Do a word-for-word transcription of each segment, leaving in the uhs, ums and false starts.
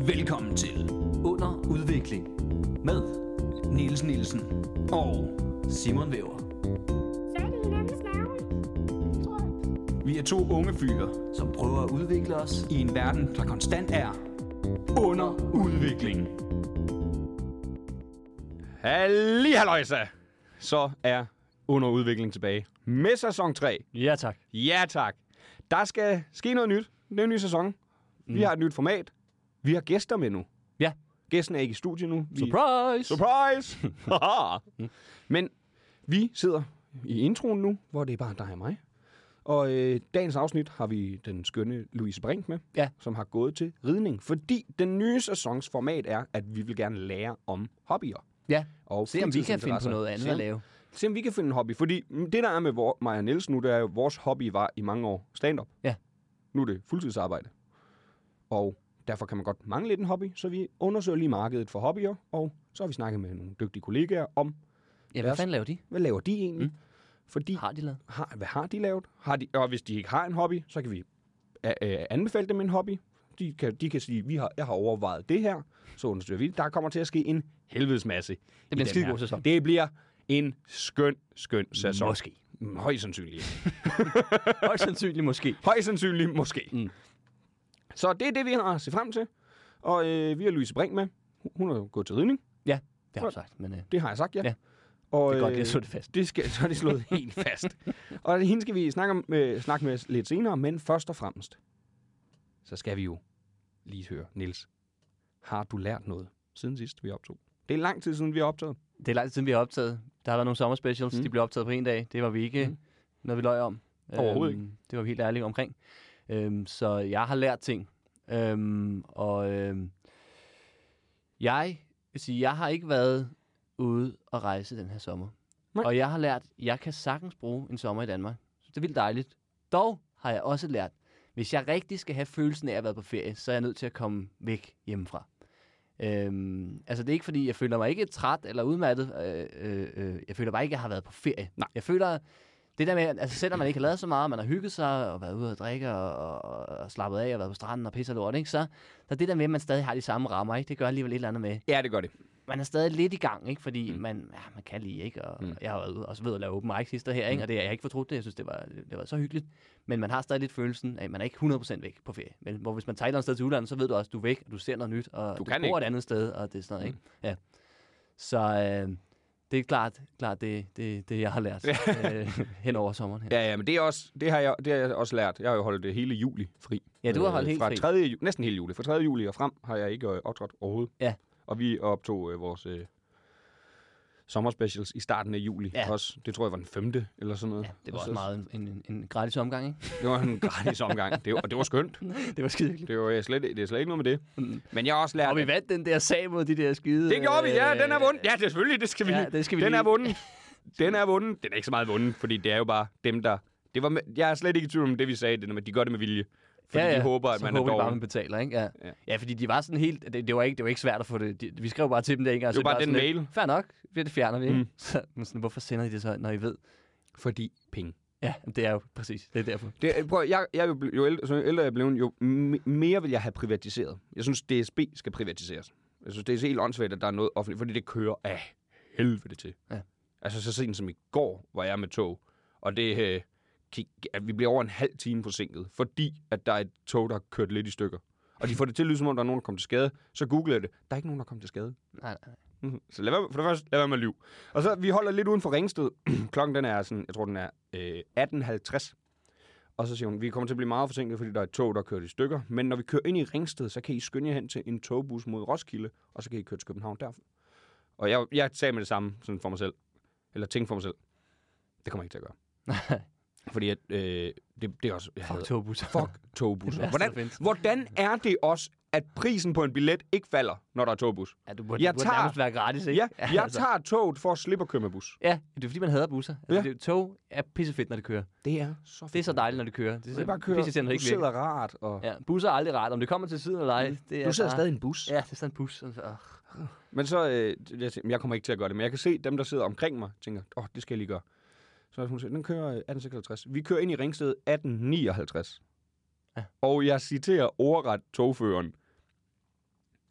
Velkommen til Under Udvikling med Niels Nielsen og Simon Væver. Så er det hinandens navn, tror jeg. vi er to unge fyre Som prøver at udvikle os i en verden, der konstant er under udvikling. Halli halløjsa! Så er Under Udvikling tilbage med sæson tre. Ja tak. Ja tak. Der skal ske noget nyt. Det er en ny sæson. Vi Mm. har et nyt format. Vi har gæster med nu. Ja. Gæsten er ikke i studiet nu. Vi... Surprise! Surprise! Men vi sidder i introen nu, hvor det er bare dig og mig. Og øh, dagens afsnit har vi den skønne Louise Brink med, Ja. som har gået til ridning. Fordi den nye sæsons format er, at vi vil gerne lære om hobbyer. Ja. Og Se om vi kan finde på fritidsinteresser. noget andet Se at om- lave. Se om vi kan finde en hobby. Fordi det, der er med vor, mig og Niels nu, det er jo, vores hobby var i mange år stand-up. Ja. Nu er det fuldtidsarbejde. Og derfor kan man godt mangle lidt en hobby, så vi undersøger lige markedet for hobbyer, og så har vi snakket med nogle dygtige kollegaer om, Ja, hvad fanden laver de? hvad laver de egentlig? Mm. Fordi, Har de lavet? har, hvad har de lavet? Har de, og hvis de ikke har en hobby, så kan vi uh, uh, anbefale dem en hobby. De kan, de kan sige, vi har, jeg har overvejet det her, så undersøger vi det. Der kommer til at ske en helvedes masse. Det bliver en skidegod sæson. Det bliver en skøn, skøn sæson. Måske. Mm, Højst sandsynligt. Højst sandsynligt måske. Højst sandsynligt måske. Mm. Så det er det, vi har set frem til. Og øh, vi har Louise Brink med. Hun- Hun har jo gået til ridning. Ja, det har du sagt. Men, øh, Det har jeg sagt, ja. Ja. Og, Det er godt, øh, det er slået fast. Det skal, så er det slået helt fast. Og hende skal vi snakke, om, øh, snakke med lidt senere, men først og fremmest, så skal vi jo lige høre, Niels. Har du lært noget siden sidst, vi optog? Det er lang tid siden, vi har optaget. det er lang tid siden, vi har optaget. Der har været nogle sommerspecials. Mm. De blev optaget på en dag. Det var vi ikke, Mm. mm. når vi løj om. Overhovedet Øhm, Det var vi helt ærlige omkring. Øhm, så jeg har lært ting. Øhm, og øhm, jeg vil sige, jeg har ikke været ude og rejse den her sommer. Nej. Og jeg har lært, jeg kan sagtens bruge en sommer i Danmark. Så det er vildt dejligt. Dog har jeg også lært, hvis jeg rigtig skal have følelsen af at være på ferie, så er jeg nødt til at komme væk hjemmefra. Øhm, altså det er ikke fordi, jeg føler mig ikke træt eller udmattet. Øh, øh, øh, jeg føler bare ikke, at jeg har været på ferie. Nej. Jeg føler, det der med, altså selvom man ikke har lavet så meget, man har hygget sig og været ude og drikke og, og, og slappet af og været på stranden og pisser lort, ikke? Så der er det der med, at man stadig har de samme rammer, ikke? Det gør alligevel et eller andet med. Ja, det gør det. Man er stadig lidt i gang, ikke? Fordi mm. man, ja, man kan lige, ikke? Og Mm. jeg har været ude og så ved at lave open mic sidste her, ikke? Mm. Og det er jeg ikke fortrudt det. Jeg synes, det var, det var så hyggeligt. Men man har stadig lidt følelsen af, at man er ikke hundrede procent væk på ferie. Men hvor hvis man tager et eller andet sted til udlandet, så ved du også, at du er væk, og du ser noget nyt, og Du du, kan bor ikke. et andet sted, og det er sådan noget, ikke? Ja. Så øh, det er klart, klart det, det, det, jeg har lært øh, hen over sommeren her. Ja, ja, men det, er også, det, har jeg, det har jeg også lært. Jeg har jo holdt det hele juli fri. Ja, du har holdt Øh, helt fra fri. tredje ju- næsten hele juli. Fra tredje juli og frem har jeg ikke øh, optrådt overhovedet. Ja. Og vi optog øh, vores øh, sommerspecials i starten af juli Ja. også. Det tror jeg var den femte eller sådan noget. Ja, det var Og også så- meget en, en, en gratis omgang, ikke? Det var en gratis omgang. Det var, og det var skønt. Det var skide hyggeligt. Det, var øh, slet, det er slet ikke noget med det. Men jeg har også lært... Og vi at- vandt den der sag mod de der skide... Det gjorde vi, ja. Den er øh, vundet. Ja, det er selvfølgelig. Det skal vi, Ja, det skal vi Den lige- er vundet. Den er vundet. Den er ikke så meget vundet, fordi det er jo bare dem, der... Det var med, jeg er slet ikke i tvivl om det, vi sagde. Det der med, de gør det med vilje. Fordi ja, ja. de håber, at så man håber er de bare, dårlig. man betaler, ikke? Ja. Ja. Ja. ja, fordi de var sådan helt... Det, det, var ikke, det var ikke svært at få det. De, vi skrev bare til dem der, ikke? Og Det var så bare den sådan lidt, mail. Fair nok, det fjerner vi, ikke? Mm. Så, men sådan, hvorfor sender I det så, når I ved? Fordi penge. Ja, det er jo præcis. Det er derfor. Det, prøv, jeg, jeg, er jo ble- jo, ældre, så jo ældre jeg er blevet, jo m- mere vil jeg have privatiseret. Jeg synes, D S B skal privatiseres. Jeg synes, det er så helt åndssvagt, at der er noget offentligt, fordi det kører af helvede til. Ja. Altså, så sent som i går var jeg med tog, og det, øh, gik, at vi bliver over en halv time forsinket, fordi at der er et tog, der har kørt lidt i stykker. Og de får det til at lyde, som om der er nogen, der kommer til skade. Så googlede jeg det. Der er ikke nogen, der kommer til skade. Nej, nej. Mhm. Så lad være, for det første, lad være med at lyve. Og så, vi holder lidt uden for Ringsted. Klokken, den er sådan, jeg tror, den er øh, atten halvtreds. Og så siger hun, vi kommer til at blive meget forsinket, fordi der er et tog, der er kørt i stykker. Men når vi kører ind i Ringsted, så kan I skynde jer hen til en togbus mod Roskilde, og så kan I køre til København derfra. Og jeg, jeg sagde med det samme sådan for mig selv. Eller tænkte for mig selv. Det kommer jeg ikke til at gøre. Fordi at, øh, det, det er også... Jeg Fuck hader- togbusser. Fuck togbusser. Det værste, der Hvordan, findes. hvordan er det også, at prisen på en billet ikke falder, når der er togbus? Ja, du burde, Jeg du burde tager- nærmest være gratis, ikke? Ja, jeg altså. tager toget for at slippe at køre med bus. Ja, det er fordi, man hader busser. Altså, Ja. det, tog er pissefedt, når det kører. Det er så fedt. Det er så dejligt, når det kører. Det er, Det så er bare at køre, pisseirriterende, når du det ikke virker. sidder rart. Og... Ja, busser er aldrig rart. Om det kommer til siden eller ej, Mm. det er Du sidder bare... stadig i en bus. Ja, det er sådan en bus. Altså, øh. Men så, øh, jeg, jeg kommer ikke til at gøre det, men jeg kan se dem, der sidder omkring mig, tænker, åh, oh, det skal jeg lige gøre. Så hun siger, den kører atten seksoghalvtreds. Vi kører ind i Ringsted atten nioghalvtreds. Ja. Og jeg citerer ordret togføreren.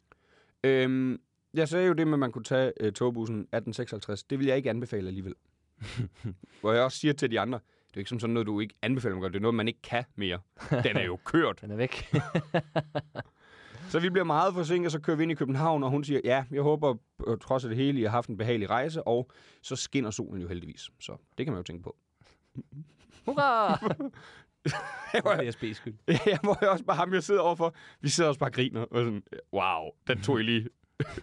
Øhm, jeg sagde jo det med, at man kunne tage øh, togbussen atten seksoghalvtreds. Det vil jeg ikke anbefale alligevel. Hvor jeg også siger til de andre, det er ikke som sådan noget, du ikke anbefaler mig. Det er noget, man ikke kan mere. Den er jo kørt. Den er væk. Så vi bliver meget forsinket, så kører vi ind i København, og hun siger, ja, jeg håber øh, trods af det hele, I har haft en behagelig rejse, og så skinner solen jo heldigvis. Så det kan man jo tænke på. Hurra! Det er D S B's skyld. Ja, hvor jeg også bare ham, jeg sidder overfor, vi sidder også bare og griner, og sådan, wow, den tog I lige.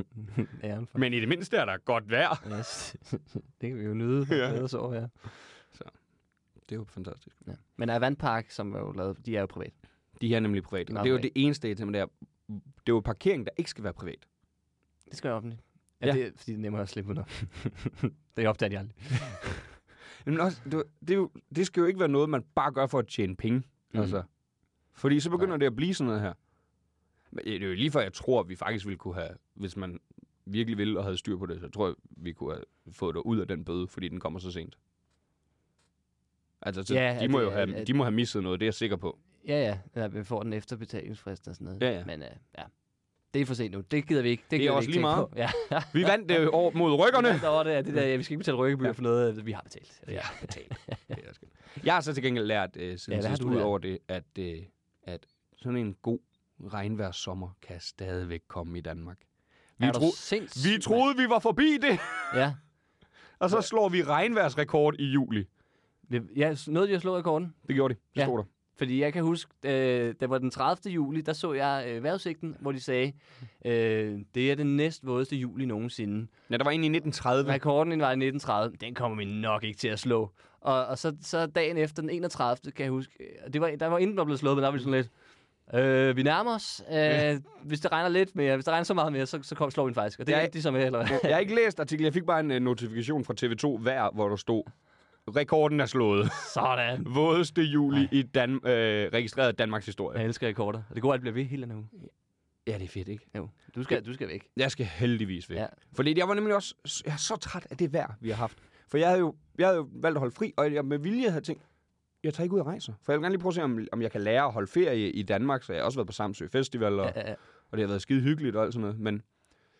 Men i det mindste er der godt vejr. Yes. Det kan vi jo nyde. Ja. Så over, ja. Så det er jo fantastisk. Ja. Men Avantpark, som er jo lavet, de er jo privat. De er nemlig private. Og det er jo det eneste, det er, det er jo parkering, der ikke skal være privat. Det skal være offentligt. Ja, Ja. det er, fordi det er nemmere at slippe under. Det opdager de aldrig. Men også, det, det, er jo, det skal jo ikke være noget, man bare gør for at tjene penge. Mm. Altså. Fordi så begynder Nej. det at blive sådan noget her. Men det er jo lige før, jeg tror, at vi faktisk ville kunne have, hvis man virkelig ville og havde styr på det, så tror jeg, vi kunne have fået det ud af den bøde, fordi den kommer så sent. Altså, så Ja, de, må det- jo have, at- de må have misset noget, det er jeg sikker på. Ja, ja. ja vi får den efter betalingsfrist og sådan noget. Ja, ja. Men uh, ja, det er for sent nu. Det gider vi ikke. Det, gider er vi også ikke lige tænke meget. På. Ja. Vi vandt det over mod rykkerne. Vi vandt over det, ja, det der, ja, vi skal ikke betale rykkebyr Ja. for noget, vi har betalt. Ja, betalt. Det er også godt. Jeg har så til gengæld lært uh, siden Ja, hvad har sidst du ud lært? over det, at, uh, at sådan en god regnvejrssommer kan stadigvæk komme i Danmark. Vi, Er du tro, sindssyg, vi troede, vi var forbi det, mand? Ja. og så slår vi regnvejrsrekord i juli. Det, ja, nåede de at slå rekorden? Det gjorde de. Det Ja. stod der. Fordi jeg kan huske, øh, det var den tredivte juli, der så jeg øh, vejrudsigten, hvor de sagde, øh, det er den næst vådeste juli nogensinde. Ja, der var en i nitten tredive. Rekorden var i nitten tredive. Den kommer vi nok ikke til at slå. Og, og så, så dagen efter, den enogtredivte kan jeg huske, øh, det var, der var inden der blev slået, men der var vi sådan lidt, øh, vi nærmer os. Øh, Ja. Hvis det regner lidt mere, hvis det regner så meget mere, så, så kom, slår vi den faktisk. Og det er Jeg- ikke de som er, eller hvad? Jeg har ikke læst artiklen. Jeg fik bare en uh, notifikation fra T V to hver, hvor der stod, rekorden er slået. Sådan. Vådeste juli i Dan- øh, registreret Danmarks historie. Jeg elsker rekorder. Og det går, at det bliver ved hele den her uge. Ja, det er fedt, ikke? Jo, du skal, du skal væk. Jeg skal heldigvis væk. Ja. Ja. Fordi jeg var nemlig også jeg er så træt af det vejr, vi har haft. For jeg havde jo, jeg havde jo valgt at holde fri, og jeg med vilje havde tænkt, jeg tager ikke ud og rejser. For jeg vil gerne lige prøve at se, om, om jeg kan lære at holde ferie i Danmark. Så jeg har også været på Samsø Festival, og, Ja, ja, ja. og det har været skide hyggeligt og alt sådan noget. Men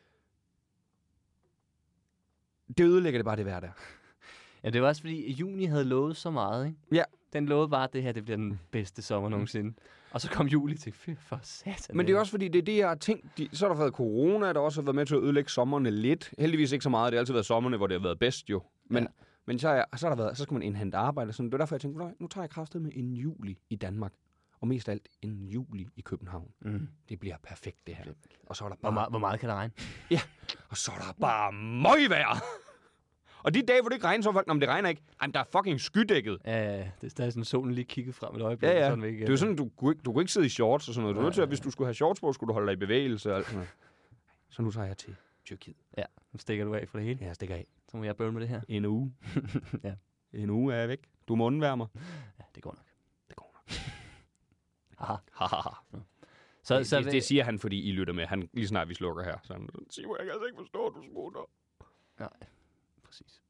det ødelægger det bare det vejr der. Ja, det var også fordi, juni havde lovet så meget, ikke? Ja. Den lovede bare, at det her det bliver den bedste sommer nogensinde. Og så kom juli til, fy for satan. Men det er også fordi, det er det, jeg har tænkt. De, så har der været corona, der også har været med til at ødelægge sommerne lidt. Heldigvis ikke så meget. Det har altid været sommerne, hvor det har været bedst jo. Men, Ja. ja. men så, er, så, har der været, så skal man indhente arbejde. Sådan. Det er derfor, jeg tænkte, nu tager jeg kraftet med en juli i Danmark. Og mest af alt en juli i København. Mm. Det bliver perfekt, det her. Og så er der Hvor, bare, meget, hvor meget kan der regne? og så er der bare møgvejr. Og de dage, hvor det ikke regner, så er folk, om det regner ikke. Jamen, der er fucking skydækket. Ja, det er stadig sådan, solen lige kigget frem et øjeblik. Ja, ja. Sådan væk, Det er jo sådan, du kunne ikke, du kunne ikke sidde i shorts og sådan noget. Du er nødt til, at hvis du skulle have shorts på, skulle du holde dig i bevægelse og alt sådan noget. Så nu tager jeg til Tyrkiet. Ja, nu stikker du af for det hele. Ja, jeg stikker af. Så må jeg bøvle med det her. En uge. Ja. En uge er jeg væk. Du må undvære mig. Ja, det går nok. Det går nok. Aha. Hahaha. Så, det, så, det, det siger han, fordi I lytter med. Han, lige snart vi slukker her. Så han siger, jeg kan altså ikke forstå, at du smutter. Nej, præcis.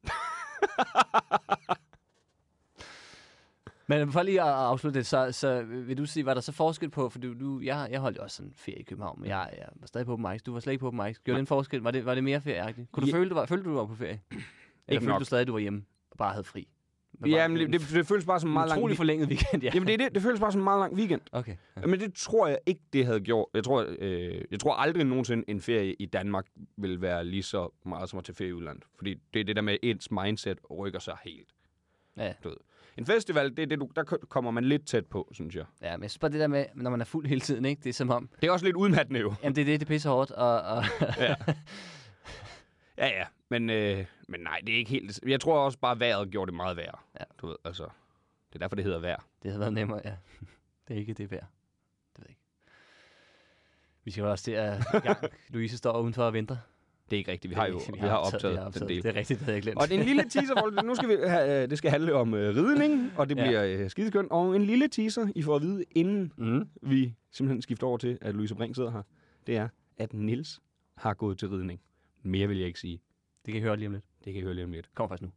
Men for lige at afslutte det, så, så vil du sige, var der så forskel på, for du, du jeg, jeg holdt jo også sådan ferie i København, men jeg, jeg var stadig på open mics. Du var slet ikke på open mics. Gjorde det en forskel? Var det, var det mere ferieagtigt? Kunne du Ja. føle, du var, følte du, du var på ferie? Eller følte nok. du stadig, du var hjemme og bare havde fri? Men Ja, bare men en det, det, det føles bare som en meget lang utrolig weekend. forlænget weekend, ja. Jamen, det, er det, det føles bare som en meget lang weekend. Okay. Ja. Men det tror jeg ikke, det havde gjort. Jeg tror, øh, jeg tror aldrig nogensinde, en ferie i Danmark vil være lige så meget som at tage ferie i udlandet. Fordi det er det der med, ens mindset rykker sig helt. Ja. Du ved. En festival, det er det, du, der kommer man lidt tæt på, synes jeg. Ja, men jeg synes bare det der med, når man er fuld hele tiden, ikke? Det er som om, Det er også lidt udmattende jo. jamen det er det, det pisser hårdt, og, og Ja. Ja, ja. Men, øh, men nej, det er ikke helt... Jeg tror også bare, vejret gjorde det meget værre. Ja. Du ved, altså... Det er derfor, det hedder vejr. det havde været nemmere, ja. Det er ikke det værd. Det ved jeg ikke. Vi skal jo også til at i gang. Louise står udenfor og venter. Det er ikke rigtigt. Vi har jo Det- vi har optaget, vi har optaget den del. Det er rigtigt, det havde jeg glemt. Og en lille teaser, hvor nu skal vi have, øh, det skal handle om øh, ridning, og det Ja. bliver øh, skideskønt. Og en lille teaser, I får at vide, inden Mm. vi simpelthen skifter over til, at Louise Brink sidder her, det er, at Niels har gået til ridning. Mere vil jeg ikke sige. Det kan I høre lige om lidt. Det kan I høre lige om lidt. Kom faktisk nu.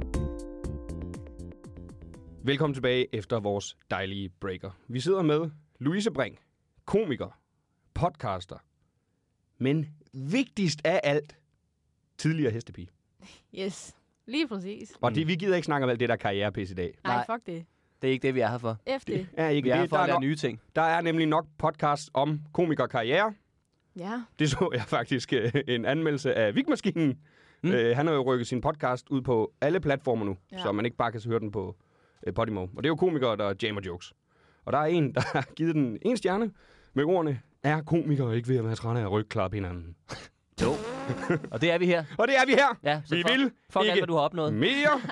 Velkommen tilbage efter vores dejlige breaker. Vi sidder med Louise Brink, komiker, podcaster, men vigtigst af alt, tidligere hestepige. Yes, lige præcis. Og det, vi gider ikke snakke om alt det der karrierepis i dag. Nej, Nej. fuck det. Det er ikke det, vi er her for. Efter det. Er ikke Vi er her det. for Der, at er lære nok, nye ting. der er nemlig nok podcast om komikerkarriere. Ja. Det så jeg faktisk øh, en anmeldelse af Vigmaskinen. Mm. Øh, han har jo rykket sin podcast ud på alle platformer nu, ja. Ja. så man ikke bare kan høre den på øh, Podimo. Og det er jo komikere, der jammer jokes. Og der er en, der har givet den en stjerne med ordene, er komikere ikke ved at være trætte af at rykke klar på hinanden. Jo. Og det er vi her. Og det er vi her. Ja, så Vi fuck, vil fuck ikke alt, hvad du har opnået. mere.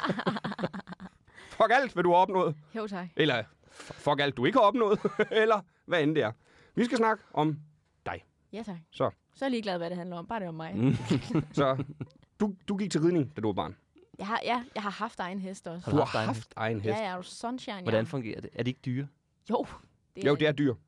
Fuck alt, hvad du har opnået. Jo, tak. Eller fuck alt, du ikke har opnået. Eller hvad end det er. Vi skal snakke om dig. Ja, tak. Så. Så er jeg ligeglad, hvad det handler om. Bare det er om mig. Mm. Så du, du gik til ridning, da du var barn. Jeg har, ja, jeg har haft egen hest også. Har Du du har haft egen haft egen hest. Ja, jeg er jo sunshine. Hvordan ja. fungerer det? Er de ikke dyre? Jo. Det Jo, det er dyr.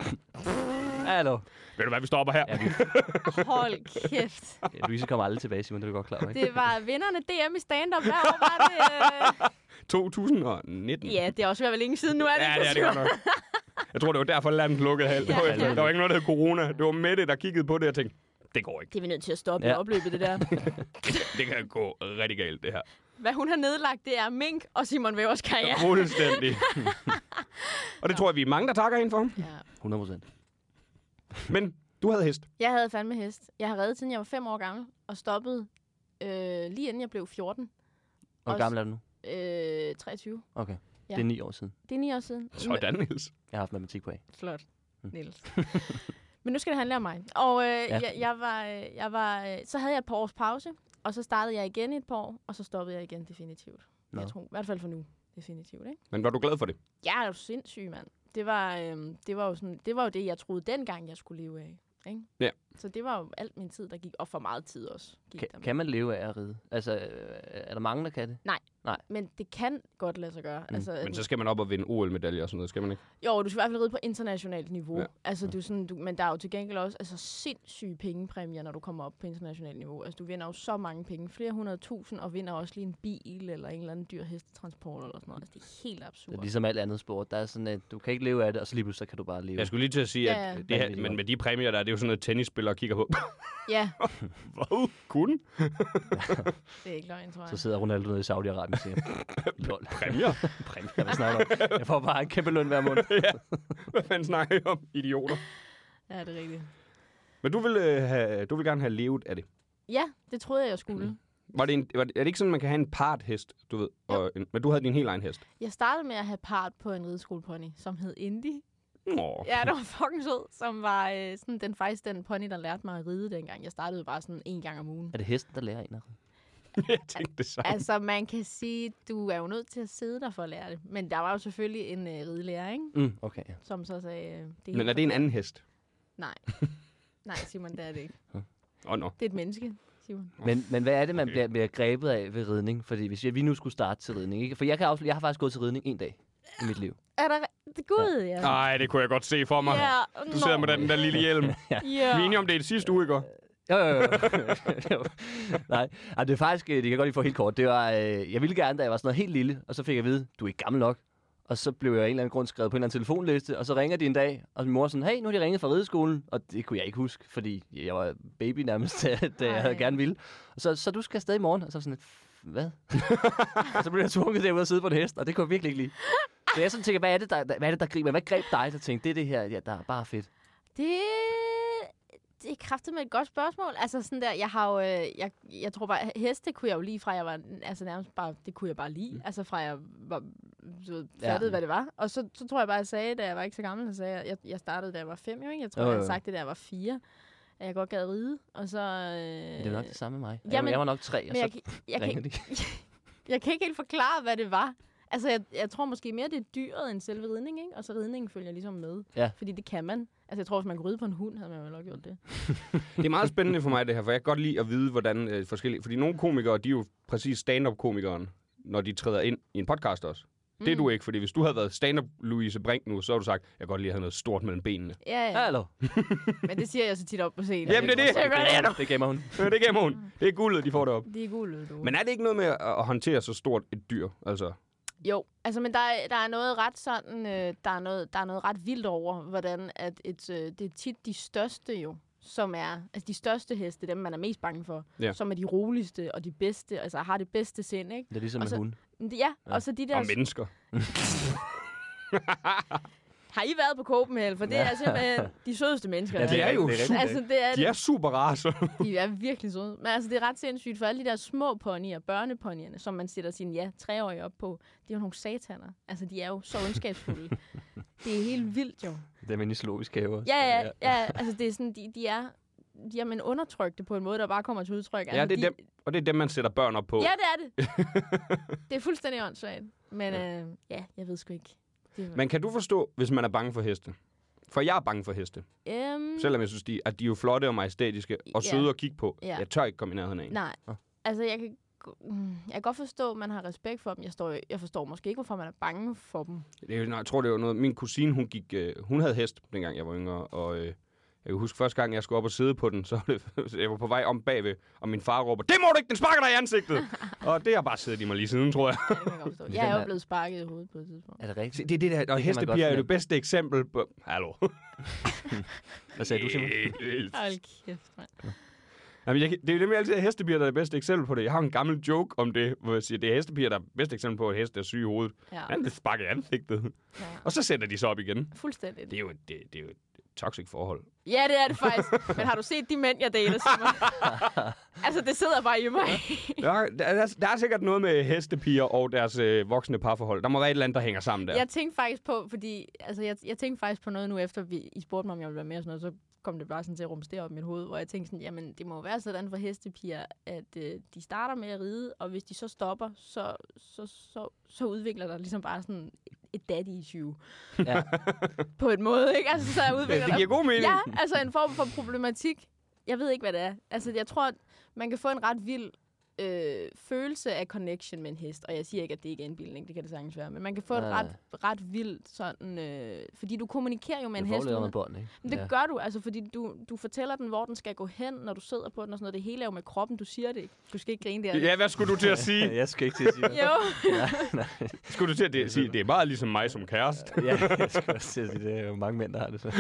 Hallo. Ved du hvad, vi stopper her? Ja, vi, Hold kæft. ja, Louise kommer aldrig tilbage, Simon. Det er du godt klar over, ikke? Det var vinderne D M i stand-up. Hvad år var det? øh? to tusind nitten. Ja, det er også ved at være længe siden. Nu er det ja, ikke det er det godt nok. Jeg tror, det var derfor, landet lukkede halvt. Ja, Ja, ja. der var ikke noget, der hed corona. Det var Mette, der kiggede på det og tænkte, det går ikke. Det er vi nødt til at stoppe Ja. ja. opløbet, det der. Det kan gå rigtig galt, det her. Hvad hun har nedlagt, det er Mink og Simon Vævers karriere. Fuldstændig. Og det tror jeg, vi er mange, der takker hende for. Ja. hundrede procent. Men du havde hest. Jeg havde fandme hest. Jeg har reddet, siden jeg var fem år gammel, og stoppede øh, lige inden jeg blev fjorten. Hvor Også- gammel er du nu? Øh, treogtyve. Okay. Ja. Det er ni år siden. Det er ni år siden. Sådan, Niels. Jeg har haft matematik på A. Flot, Mm. Niels. Men nu skal det handle om mig. Og øh, Ja. ja. jeg, jeg var, øh, jeg var, øh, så havde jeg et par års pause, og så startede jeg igen et par år, og så stoppede jeg igen definitivt. Nå. Jeg tror, i hvert fald for nu, definitivt, ikke? Men var du glad for det? Jeg er jo sindssyg, mand. Det var, øh, det var jo sådan, det var jo det, jeg troede dengang, jeg skulle leve af, ikke? Ja. Så det var jo alt min tid, der gik, og for meget tid også. Gik Kan, der med. kan man leve af at ride? Altså, øh, er der mange, der kan det? Men det kan godt lade sig gøre. Mm. Altså, Men så skal man op og vinde O L-medaljer og sådan noget, skal man ikke? Jo, du skal i hvert fald ride på internationalt niveau. Ja. Ja. Altså, du er sådan, du, men der er jo til gengæld også altså, sindssyge pengepræmier, når du kommer op på internationalt niveau. Altså, du vinder jo så mange penge. Flere hundrede tusind, og vinder også lige en bil eller en eller anden dyr hestetransport eller sådan noget. Altså, det er helt absurd. Det er ligesom alt andet sport. Der er sådan, at du kan ikke leve af det, og så lige pludselig så kan du bare leve. Jeg skulle lige til at sige, Ja, at ja. det her, Vanvittigt men godt. med de præmier der, det er jo sådan noget tennisspillere kigger på. Ja, Hvad? Kun? det er ikke løgn, tror jeg. Så sidder Ronaldo nede i Saudi-Arabien og siger, lol, Præmier? præmie, hvad snakker du om? Jeg får bare en kæmpe løn hver måned. Ja. Hvad fanden snakker I om? Idioter. Ja, det er rigtigt. Men du vil, øh, have, du vil gerne have levet af det. Ja, det troede jeg, jeg skulle. Mm. Var det en, var det, er det ikke sådan, man kan have en parthest, du ved? Og en, men du havde din helt egen hest. Jeg startede med at have part på en rideskolepony, som hed Indy. Nå. Ja, det var fucking sød, som var øh, sådan, den, faktisk den pony, der lærte mig at ride dengang. Jeg startede bare sådan en gang om ugen. Er det hesten, der lærer en at ride? Jeg tænkte det samme. Altså, man kan sige, du er jo nødt til at sidde der for at lære det. Men der var jo selvfølgelig en øh, ridelærer, ikke? Mm, okay, ja. Som så sagde... Øh, det Men er det en anden hest? Nej. Nej, Simon, det er det ikke. Åh, oh, nå. Det er et menneske, Simon. Men, men hvad er det, man Okay. bliver, bliver grebet af ved ridning? Fordi hvis jeg, vi nu skulle starte til ridning, ikke? For jeg, kan afsløre, jeg har faktisk gået til ridning en dag i mit liv. Er der... Det Gud, ja. Nej, det kunne jeg godt se for mig. Ja, Du sidder med den der lille hjelm. Ja. Vi er enige om, det er det sidste uge, ikke? Jo, jo, jo. jo. Nej, altså, det er faktisk, det kan jeg godt lige få helt kort. Det var, øh, jeg ville gerne, da jeg var sådan noget helt lille, og så fik jeg at vide, du er ikke gammel nok. Og så blev jeg af en eller anden grund skrevet på en eller anden telefonliste, og så ringer de en dag, og min mor sådan, hey, nu har de ringet fra rideskolen, og det kunne jeg ikke huske, fordi jeg var baby nærmest, da jeg havde Ej. gerne ville. Og så, så du skal afsted i morgen, og så sådan lidt, hvad? Og så blev jeg tvunget derude at sidde på en hest, og det kunne jeg virkelig ikke lide. Så jeg sådan tænker, hvad er det, der, hvad er det, der griber? Hvad greb dig, der tænkte, det er det her, ja, der er bare fedt. Det, det er kraftigt med et godt spørgsmål. Altså sådan der, jeg har jo, øh, jeg, jeg tror bare, heste kunne jeg jo lide fra jeg var, altså nærmest bare, det kunne jeg bare lide. Mm. Altså fra jeg var, du ved, fattede, Ja. hvad det var. Og så, så tror jeg bare, jeg sagde, da jeg var ikke så gammel, så sagde jeg, jeg, jeg startede, da jeg var fem, jo, ikke? Jeg tror, Jo, jeg jo. havde sagt det, da jeg var fire. At jeg godt gad ride. Og så... Øh, Det er nok det samme med mig. Jeg, Jamen, jeg var nok tre, og men jeg, så kan- jeg, kan, ringer de. jeg kan ikke helt forklare, hvad det var. Altså, jeg, jeg tror måske mere, det er dyret end selve ridning, ikke? Og så ridningen følger ligesom med. Ja. Fordi det kan man. Altså, jeg tror, hvis man kunne ride på en hund, havde man vel nok gjort det. Det er meget spændende for mig, det her, for jeg kan godt lide at vide, hvordan øh, forskellige... Fordi nogle komikere, de er jo præcis stand-up-komikeren, når de træder ind i en podcast også. Det er du ikke, fordi hvis du havde været stand-up Louise Brink nu, så har du sagt, jeg kan godt lide at have noget stort mellem benene. Ja, ja. Hallo. Men det siger jeg så tit op på scenen. Jamen, det er det. Så jeg gør det. Det gemmer hun. Men det gemmer hun. Det er guldet, de får det op. De er gode, du. Men er det ikke noget med at, at håndtere så stort et dyr? Altså, Jo, altså, men der er, der er noget ret sådan, øh, der, er noget, der er noget ret vildt over, hvordan at et, øh, det er tit de største jo, som er, altså de største heste, dem man er mest bange for, Ja. som er de roligste og de bedste, altså har det bedste sind, ikke? Det er ligesom Og med så- hunde. Men det- Ja, ja, og så de der... Og mennesker. Har I været på Copenhagen? For det er simpelthen de sødeste mennesker. Ja, der det er jo det er super. Altså, det er, De er super racer. de er virkelig søde. Men altså, det er ret sindssygt, for alle de der små ponyer, børneponyerne, som man sætter sine ja, treårige op på, de er jo nogle sataner. Altså, de er jo så ondskabsfulde. Det er helt vildt, jo. Det er med i zoologisk have. Ja, ja, ja. Altså, det er sådan, de, de er... De er men undertrykte på en måde, der bare kommer til udtryk. Altså, Ja, det er de, dem, og det er dem, man sætter børn op på. Ja, det er det. Det er fuldstændig åndssvagt. Men øh, ja, jeg ved sgu ikke. Det var... Men kan du forstå, hvis man er bange for heste? For jeg er bange for heste. Øhm, Selvom jeg synes, de, at de er jo flotte og majestætiske og Ja. søde at kigge på. Ja. Jeg tør ikke komme i nærheden af en. Nej. Altså, jeg kan, mm, jeg kan godt forstå, at man har respekt for dem. Jeg, står, jeg forstår måske ikke, hvorfor man er bange for dem. Det er, jo- jeg tror, det var noget... Min kusine, hun, gik, øh, hun havde hest, dengang jeg var yngre. Og øh, jeg kan huske, første gang, jeg skulle op og sidde på den, så var det, jeg var på vej om bagved, og min far råber, det må du ikke, den sparker dig i ansigtet! Og det har bare siddet i mig lige siden, tror jeg. Ja, det kan jeg godt forstå. Det Jeg er den jo der- blevet sparket i hovedet på et tidspunkt. Er det rigtigt? Se, det er det der, og kan man godt hestepiger er jo fornemme. det bedste eksempel på... Hallo. Hvad sagde du, Simon? Hold kæft, mand. Jamen, jeg, det er jo det med altid, at hestepiger der er det bedste eksempel på det. Jeg har en gammel joke om det, hvor jeg siger, det er hestepiger, der er det bedste eksempel på, at heste er syge i hovedet. Ja, Ja, det sparker i ansigtet. ja. Og så sætter de sig op igen. Fuldstændig. Det er jo, det, det er jo et toxic forhold. Ja, det er det faktisk. Men har du set de mænd, jeg dater, Simon? Altså, det sidder bare i mig. Der, er- der, er, der er sikkert noget med hestepiger og deres øh, voksne parforhold. Der må være et eller andet, der hænger sammen der. Jeg tænkte faktisk på, fordi... Altså, jeg, jeg tænkte faktisk på noget nu, efter vi, I spurgte mig, om jeg ville være med og sådan noget, så kom det bare sådan til at rumstere op i mit hoved, hvor jeg tænkte sådan, jamen, det må jo være sådan for hestepiger, at øh, de starter med at ride, og hvis de så stopper, så, så, så, så udvikler der ligesom bare sådan et daddy issue. Ja. På en måde, ikke? Altså, så udvikler det giver god mening. Ja, altså en form for problematik. Jeg ved ikke, hvad det er. Altså, jeg tror, at man kan få en ret vild øh, følelse af connection med en hest. Og jeg siger ikke, at det ikke er indbildning. Det kan det sagtens være. Men man kan få Nej, et ret, ret vildt sådan... Øh, fordi du kommunikerer jo med en Det får hest. lidt uden- med bånd, ikke? Men det Ja. gør du, altså, fordi du, du fortæller den, hvor den skal gå hen, når du sidder på den og sådan noget. Det hele er jo med kroppen, du siger det ikke. Du skal ikke grine der. Ja, hvad skulle du til at sige? Jeg skal ikke til at sige det. Jo. Ja, nej. Skulle du til at det, sige, det er meget ligesom mig som kæreste? Ja, jeg skal også til at sige, det er jo mange mænd, der har det sådan.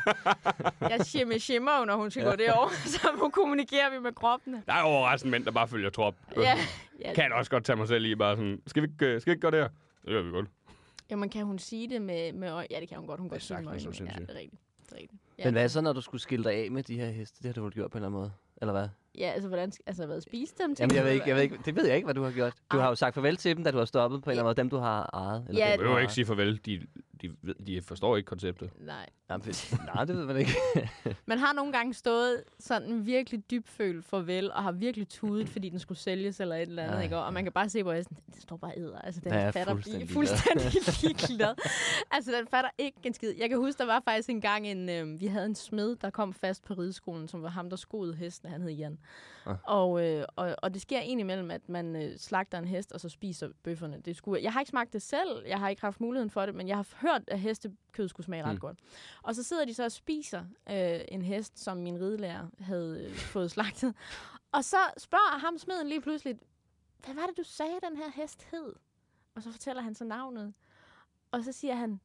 Jeg shimmer shimmer jo, når hun skal gå derover. Så nu kommunikerer vi med kroppen. Der er overraskende mænd, der bare følger trop. Ja. ja. Kan jeg da også godt tage mig selv i, bare sådan, skal vi ikke, øh, skal vi ikke gøre det her? Det gør vi godt. Jamen, kan hun sige det med, med øje? Ja, det kan hun godt. Hun kan Det er godt sige det med sagtens, så øjnene. Ja, sindssygt. det er rigtigt. Det er rigtigt. Ja. Men hvad så, når du skulle skille dig af med de her heste? Det har du vel gjort på en eller anden måde? Eller hvad? Ja, altså, hvordan... sk- Altså, hvad? Spise dem? Jamen, tænker jeg du, ved, ikke, jeg eller ved ikke, det ved jeg ikke, hvad du har gjort. Du Ej. har jo sagt farvel til dem, da du har stoppet på en eller anden måde. Dem, du har ejet. Eller Ja, dem, Jeg du vil jo har ikke sige farvel. De, de, ved- de forstår ikke konceptet. hvad? Nej. Jamen, det- nej, det ved man ikke. Man har nogle gange stået sådan virkelig dybfølt farvel, og har virkelig tudet, fordi den skulle sælges eller et eller andet, Ej, ikke? Og man kan bare se på hesten, den står bare æder. Altså, den Ja, jeg er fatter fuldstændig fuldstændig, fuldstændig ligeglad. Altså, den fatter ikke en skid. Jeg kan huske, der var faktisk en gang, en, øh, vi havde en smed, der kom fast på rideskolen, som var ham, der skoede hesten. Han hed Jan. Ah. Og, øh, og, og det sker indimellem, at man øh, slagter en hest, og så spiser bøfferne. Det skulle, jeg har ikke smagt det selv, jeg har ikke haft muligheden for det, men jeg har hørt, at hestekød skulle smage ret Mm. godt. Og så sidder de så og spiser øh, en hest, som min ridelærer havde øh, fået slagtet. Og så spørger ham smeden lige pludselig, hvad var det, du sagde, den her hest hed? Og så fortæller han så navnet. Og så siger han,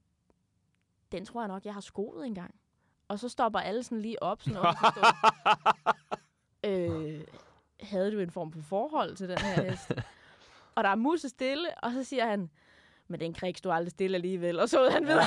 den tror jeg nok, jeg har skoet engang. Og så stopper alle sådan lige op, sådan op, øh, havde du en form for forhold til den her hest? Og der er musse stille, og så siger han, men den krigs du aldrig stille alligevel. Og så ud han videre.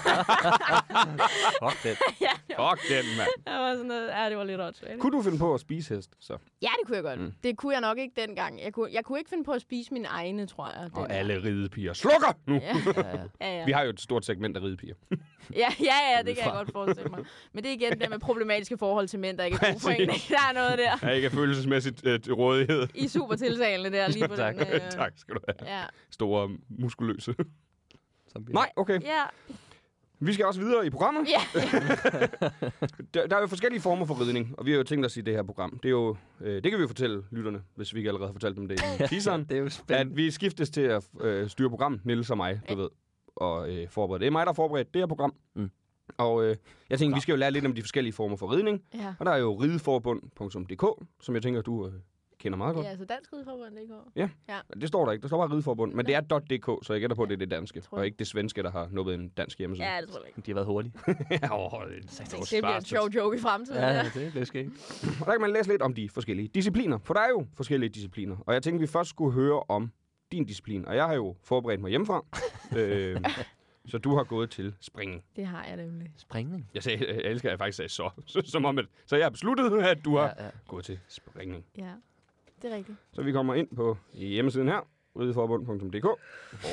Fuck det. ja, det var, Fuck den, mand. det var sådan noget, ja, det var lidt åndssvagt. Kunne du finde på at spise hest, så? Ja, det kunne jeg godt. Mm. Mm. Det kunne jeg nok ikke dengang. Jeg kunne, jeg kunne ikke finde på at spise mine egne, tror jeg. Og dengang. alle ridepiger slukker nu. Ja, Ja, ja. ja, ja. Vi har jo et stort segment af ridepiger. Ja, ja, ja, det kan jeg godt forestille mig. Men det er igen det med problematiske forhold til mænd, der ikke er gode for en. Præcis. Der er noget der. Jeg ikke er følelsesmæssigt øh, til rådighed. I super tiltalende der, lige på tak, den. Øh, tak skal du have. Ja. Store, muskuløse. Som vi- Nej, okay. Ja. Vi skal også videre i programmet. Ja. Der, der er jo forskellige former for ridning, og vi har jo tænkt os i det her program. Det, er jo, øh, det kan vi jo fortælle lytterne, hvis vi ikke allerede har fortalt dem det i teaseren. Det er jo spændende. At vi skiftes til at øh, styre program, Niels og mig, du Ja. ved, og øh, forberede. Det er mig, der har forberedt det her program. Mm. Og øh, jeg tænker, vi skal jo lære lidt om de forskellige former for ridning. Ja. Og der er jo rideforbund punktum d k, som jeg tænker, du øh, kender meget godt. Ja, så Dansk Rideforbund punktum d k. Ja, det står der ikke. Der står bare Rideforbund, men det er .dk, så jeg gætter på, at det er det danske, Tror jeg. og ikke det svenske, der har nubbet en dansk hjemmeside. Ja, det tror jeg ikke. De har været hurtige. Ja, åh, det, Jeg tænkte, det bliver en sjov joke i fremtiden. Ja, Ja. det bliver skægt. Og der kan man læse lidt om de forskellige discipliner, for der er jo forskellige discipliner. Og jeg tænkte, vi først skulle høre om din disciplin, og jeg har jo forberedt mig hjemmefra. øh, så du har gået til springen. Det har jeg nemlig. Springning. Jeg, sagde, jeg elsker, at jeg faktisk sagde så. så som om, at, så jeg har besluttet, at du har Ja, ja. gået til springning. Ja, det er rigtigt. Så vi kommer ind på hjemmesiden her, rideforbund punktum d k, og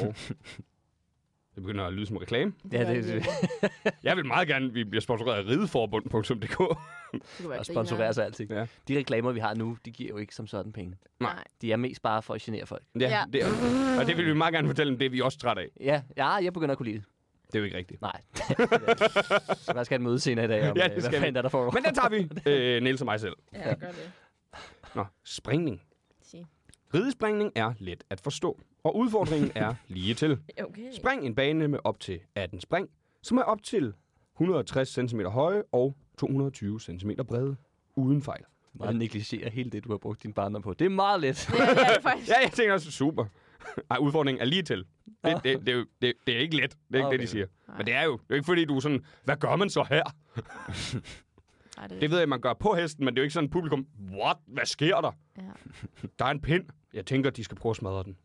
det begynder at lyde som reklame. Ja, det- gør det- virkelig. Jeg vil meget gerne, at vi bliver sponsoreret af rideforbund punktum d k. Det kunne være Og sponsorerer sig altid. Ja. De reklamer, vi har nu, de giver jo ikke som sådan penge. Nej. De er mest bare for at genere folk. Ja, Ja. det er, og det vil vi meget gerne fortælle dem, det er vi også trætte af. Ja, ja jeg begynder at kunne lide det. Det er jo ikke rigtigt. Nej. Så hvad skal en møde senere i dag om, Ja, ja, det hvad skal vi. fanden der, der foregår? Men den tager vi, øh, Niels og mig selv. Ja, jeg gør det. Nå, springning. Sig. Ridespringning er let at forstå, og udfordringen er lige til. Okay. Spring en bane med op til atten spring, som er op til et hundrede og tres centimeter høje og to hundrede og tyve centimeter brede, uden fejl. Meget negligerer hele det, du har brugt din barndom på. Det er meget let. Ja, det er det faktisk. Ja, jeg tænker også, super. Ej, udfordringen er lige til. Det, det, det, er jo- det, det er ikke let. Det er ikke Okay. det, de siger. Nej. Men det er jo, det er jo ikke fordi, du er sådan, hvad gør man så her? Ej, det, Det ved jeg, man gør på hesten, men det er jo ikke sådan publikum, what? Hvad sker der? Ja. Der er en pind. Jeg tænker, de skal prøve at smadre den.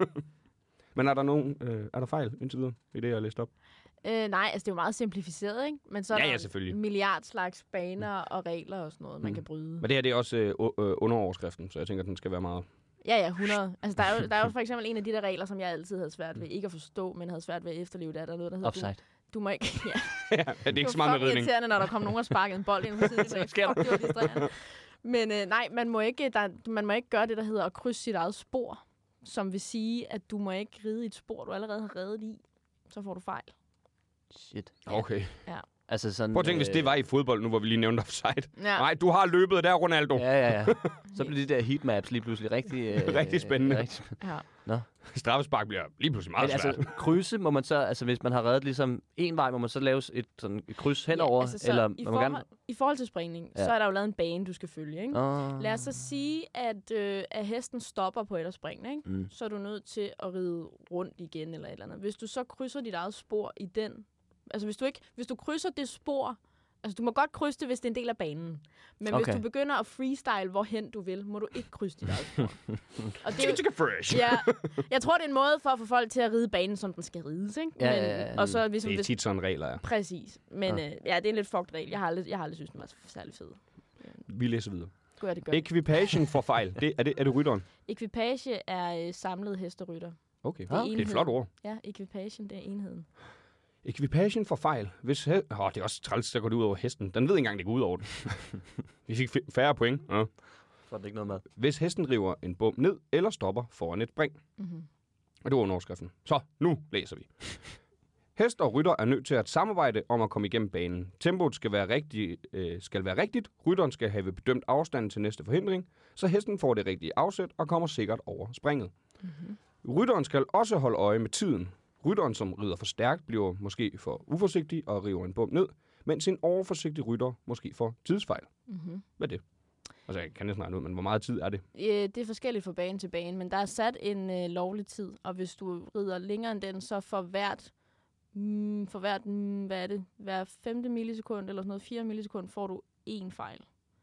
Men er der nogen, øh, er der fejl indtil videre i det, jeg har læst op? Øh, nej, altså det er jo meget simplificeret, ikke? Men så er Ja, der ja, en selvfølgelig. milliard slags baner og regler og sådan noget, man Mm. kan bryde. Men det her, det er også øh, u- øh, underoverskriften, så jeg tænker, den skal være meget... Ja, ja, hundrede. Altså der er, jo, der er jo for eksempel en af de der regler, som jeg altid havde svært ved ikke at forstå, men havde svært ved at efterleve. Der er der noget, der hedder... Offside. Du, du må ikke... Ja, ja, det er ikke så meget med fucking ridning. irriterende, når der kom nogen og sparkede en bold ind på siden. Så sker der. Fuck, det var distraherende. Men øh, nej, man må, ikke, der, man må ikke gøre det, der hedder at krydse sit eget spor. Som vil sige, at du må ikke ride i et spor, du allerede har reddet i. Så får du fejl. Shit. Okay. Altså sådan, Prøv at tænke, hvis øh, det var i fodbold, nu hvor vi lige nævnte offside. Ja. Nej, du har løbet der, Ronaldo. Ja, ja, ja. Så bliver de der heatmaps lige pludselig rigtig... Øh, Rigtig spændende. Rigtig spændende. Ja. Straffespark bliver lige pludselig meget Men svært. altså, krydse må man så... Altså, hvis man har reddet ligesom en vej, må man så lave et, sådan et kryds henover? altså, så eller i, man må forhold, gerne... I forhold til springning, Ja. så er der jo lavet en bane, du skal følge. Ikke? Oh. Lad os så sige, at, øh, at hesten stopper på et af springene. Ikke? Mm. Så er du nødt til at ride rundt igen eller et eller andet. Hvis du så krydser dit eget spor i den... Altså hvis du, ikke, hvis du krydser det spor... Altså du må godt krydse det, hvis det er en del af banen. Men Okay. hvis du begynder at freestyle, hvorhen du vil, må du ikke krydse dit eget spor. Og det er jo, Chicken fresh. ja, jeg tror, det er en måde for at få folk til at ride banen, som den skal rides. Ikke? Ja, Men, ja, ja. Og så ligesom, Det er hvis, tit sådan regler er. præcis. Men ja. Øh, ja, det er en lidt fucked regel. Jeg har aldrig, jeg har aldrig synes, den var særlig fed. Vi læser videre. Skulle jeg det gøre? Equipagen for fejl. Det, er, det, er det rytteren? Ekvipage er øh, samlet hesterytter. Okay, er det er et enhed. flot ord. Ja, ekvipagen, det er enheden. Equipagen for fejl. Hvis he- oh, det er også træls, der går det ud over hesten. Den ved ikke engang, det går ud over den. Vi fik f- færre point. Ja. Så er det ikke noget med. Hvis hesten river en bum ned eller stopper foran et spring. Mm-hmm. Og det var underskriften. Så, nu læser vi. Hest og rytter er nødt til at samarbejde om at komme igennem banen. Tempoet skal være, rigtig, øh, skal være rigtigt. Rytteren skal have bedømt afstanden til næste forhindring, så hesten får det rigtige afsæt og kommer sikkert over springet. Mm-hmm. Rytteren skal også holde øje med tiden. Rytteren, som rider for stærkt, bliver måske for uforsigtig og river en bum ned, mens en overforsigtig rytter måske får tidsfejl. Mm-hmm. Hvad er det? Altså, jeg kan næsten regne ud, men hvor meget tid er det? Øh, det er forskelligt fra bane til bane, men der er sat en øh, lovlig tid, og hvis du rider længere end den, så for hvert, mm, for hvert mm, hvad er det, hver femte millisekund eller sådan noget, fire millisekund, får du én fejl.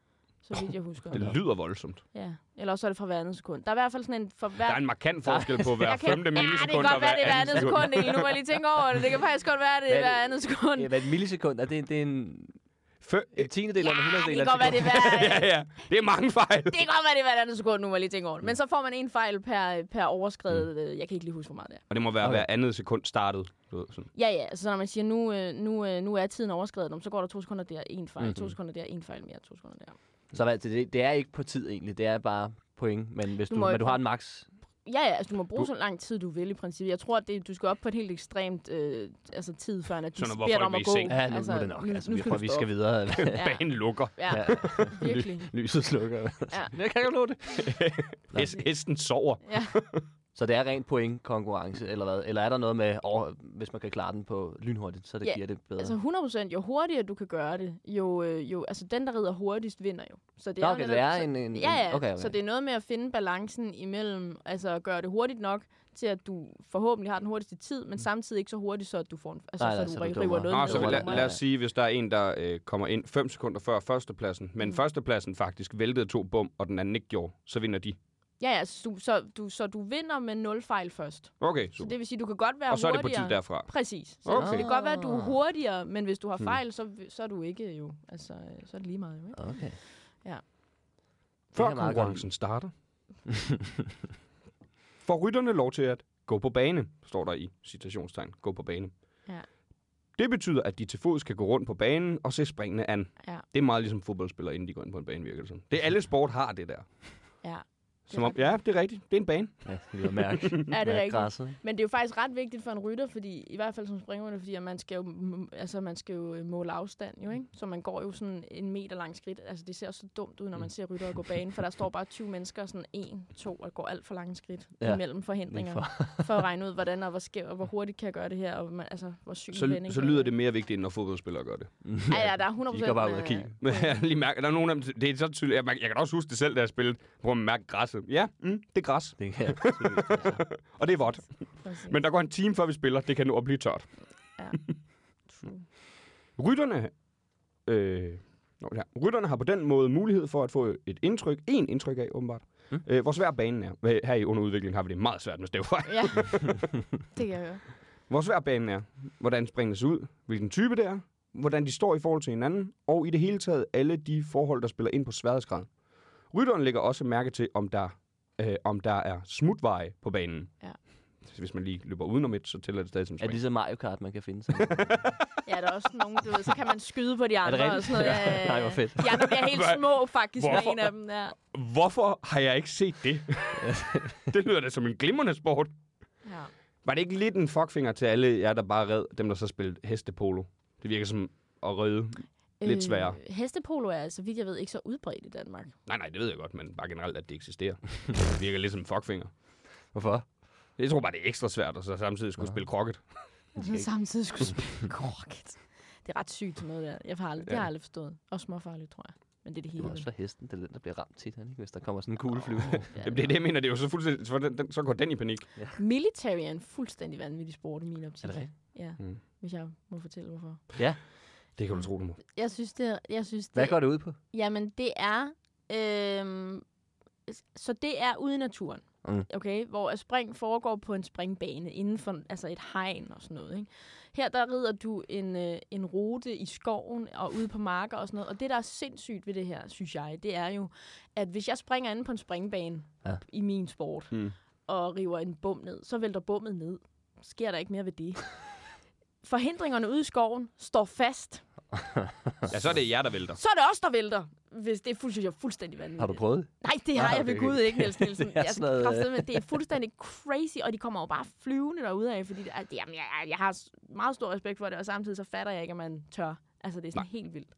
Så vidt jeg husker. Det lyder voldsomt. Ja, eller også er det for hver andet sekund. Der er i hvert fald sådan en for hver... Der er en markant forskel på hver Jeg kan- femte Ja, det millisekund kan og godt være, hver det er hver andet andet sekund. sekund, egentlig. Nu må jeg lige tænke over det. Det kan faktisk godt være, det er Hvad er hver det? andet sekund. Ja, hvad er et millisekund? Er det, det er en, Fø- en tiendedel eller en Ja, hundreddel det af kan et godt være, det sekund? er hver... ja, ja. Det er mange fejl. Det kan godt være, det er hver andet sekund, nu må jeg lige tænke over det. Men så får man en fejl per, per overskredet. Mm. Jeg kan ikke lige huske, hvor meget det er. Og det må være Okay. hver andet sekund startet. Du ved, sådan. Ja, ja. Altså når man siger, nu, øh, nu, øh, nu er tiden overskredet, så går der to sekunder der, en fejl. Mhm. To sekunder der, en fejl mere, to sekunder der. Så hvad, det, det er ikke på tid egentlig, det er bare point, men hvis Du du, må men jo du har en max. Ja, ja, altså du må bruge Du- så lang tid, du vil i princippet. Jeg tror, at det, du skal op på et helt ekstremt øh, altså, tid, før at de Sådan noget, hvor beder dig folk om at vil gå. i seng. Ja, nu, altså, nu er det nok. Nu, Altså, nu vi, skal prøver, du vi stoppe. skal videre. Ja. Banen lukker. Ja, Ja. virkelig. Lyset slukker. Ja. Jeg kan ikke nå det. Hest, hesten sover. Ja. Så det er rent point-konkurrence, eller hvad? Eller er der noget med, oh, hvis man kan klare den på lynhurtigt, så det Ja, giver det bedre? Altså hundrede procent, jo hurtigere du kan gøre det, jo, øh, jo altså den, der rider hurtigst, vinder jo. Så det Nå, er okay, jo det er så, en... en Ja, ja, okay, okay. så det er noget med at finde balancen imellem, altså at gøre det hurtigt nok, til at du forhåbentlig har den hurtigste tid, men samtidig ikke så hurtigt, så at du får en, altså, Nej, så nej, du så du river dummer. noget Nå, ned. så det lad, var- lad os sige, hvis der er en, der øh, kommer ind fem sekunder før førstepladsen, men Mm. førstepladsen faktisk væltede to bum, og den anden ikke gjorde, så vinder de. Ja, ja, så du, så, du, så du vinder med nul fejl først. Okay, Så super. det vil sige, du kan godt være Og så er det hurtigere. på tid derfra. Præcis. Så, Okay. så det kan godt være, at du er hurtigere, men hvis du har Hmm. fejl, så, så er du ikke jo, altså, så er det lige meget jo, ikke? Okay. Ja. Før kan meget konkurrencen starter, får rytterne lov til at gå på bane, står der i citationstegn, gå på bane. Ja. Det betyder, at de til fods kan gå rundt på banen og se springende an. Ja. Det er meget ligesom fodboldspillere, inden de går ind på en bane, virker det sådan. Det er alle sport har det der. Ja. Som om, ja, det er rigtigt. Det er en bane. Ja, det er mærke. Er det mærke rigtigt? græsset, ikke? Men det er jo faktisk ret vigtigt for en rytter, fordi i hvert fald som springrytter, fordi at man skal jo, m- altså man skal jo øh, måle afstand, jo, ikke? Så man går jo sådan en meter lang skridt. Altså det ser så dumt ud, når man ser ryttere gå bane, for der står bare tyve mennesker, sådan en, to, og går alt for lange skridt Ja. ja. imellem forhindringer, for. for at regne ud, hvordan og hvor skæv og hvor hurtigt kan jeg gøre det her, og man, altså hvor syg en Så, vending så kan lyder jeg- det mere vigtigt, end når fodboldspillere gør det. Ja, ja, der er hundrede De procent. går bare ud og kigger. Men jeg lige mærke, der er nogen af dem, det er så tydeligt. Jeg, jeg kan også huske det selv, da jeg spillede. Prøv at mærke græsset. Ja, mm, det er græs. Det kan jeg tydeligt, ja. Og det er vådt. Præcis. Men der går en time, før vi spiller. Det kan nu at blive tørt. Ja. True. Rytterne, øh, nå, ja. Rytterne har på den måde mulighed for at få et indtryk, en indtryk af, åbenbart, Mm. øh, hvor svær banen er. Her i underudviklingen har vi det meget svært med stævfejl. Ja, det kan jeg høre. Hvor svær banen er, hvordan springen ser ud, hvilken type det er, hvordan de står i forhold til hinanden, og i det hele taget alle de forhold, der spiller ind på sværhedsgrad. Rytteren lægger også mærke til, om der, øh, om der er smutveje på banen. Ja. Så hvis man lige løber udenom et, så tæller det stadig som Er det spring. ligesom Mario Kart, man kan finde sig? Ja, der er også nogen, du ved, så kan man skyde på de andre rigtigt? og sådan noget. Ja, ja, ja. Nej, hvor fedt. De andre bliver helt små, faktisk, med Hvorfor? en af dem. Ja. Hvorfor har jeg ikke set det? Det lyder da som en glimrende sport. Ja. Var det ikke lidt en fuckfinger til alle jer, der bare red dem, der så spillede hestepolo? Det virker som at ride. Lidt sværere. Øh, hestepolo er, så vidt jeg ved, ikke så udbredt i Danmark. Nej, nej, det ved jeg godt, men bare generelt, at det eksisterer. Det virker lidt som en fuckfinger. Hvorfor? Jeg tror bare, det er ekstra svært, og så samtidig skulle spille krokket. Og så samtidig skulle spille krokket. Det er ret sygt sådan noget der. Jeg har aldrig, det har jeg aldrig forstået. Og småfarligt, tror jeg. Men det er det Det hele. er også for hesten, det er den, der bliver ramt tit, ikke? Hvis der kommer sådan en kugle flyve. Ja, Jamen, det er det, jeg mener. Det er jo så fuldstændig... Så, den, den, så går den i panik. Military er en fuldstændig vanvittig sport i min optik. Er det rigtigt? Ja, Mm. hvis jeg må fortælle, hvorfor. Ja. Det kan du tro, du må. Jeg synes, det er... Jeg synes, det, Hvad går det ud på? Jamen, det er... Øhm, så det er ude i naturen. Mm. Okay? Hvor at spring foregår på en springbane inden for altså et hegn og sådan noget. Ikke? Her der rider du en, øh, en rute i skoven og ude på marker og sådan noget. Og det, der er sindssygt ved det her, synes jeg, det er jo, at hvis jeg springer inde på en springbane Ja. i min sport Mm. og river en bum ned, så vælter bummet ned. Sker der ikke mere ved det. Forhindringerne ude i skoven står fast. Ja, så er det jer, der vælter. Så er det os, der vælter. Hvis det er fuldstændig, fuldstændig vanvittigt. Har du prøvet det? Nej, det har Ah, jeg ved okay, Gud okay. ikke, Niels Nielsen. Det er Jeg sådan noget, skal kraftedeme- det er fuldstændig crazy, og de kommer jo bare flyvende derude af, fordi det, altså, jamen, jeg, jeg har s- meget stor respekt for det, og samtidig så fatter jeg ikke, at man tør. Altså, det er sådan Nej. helt vildt.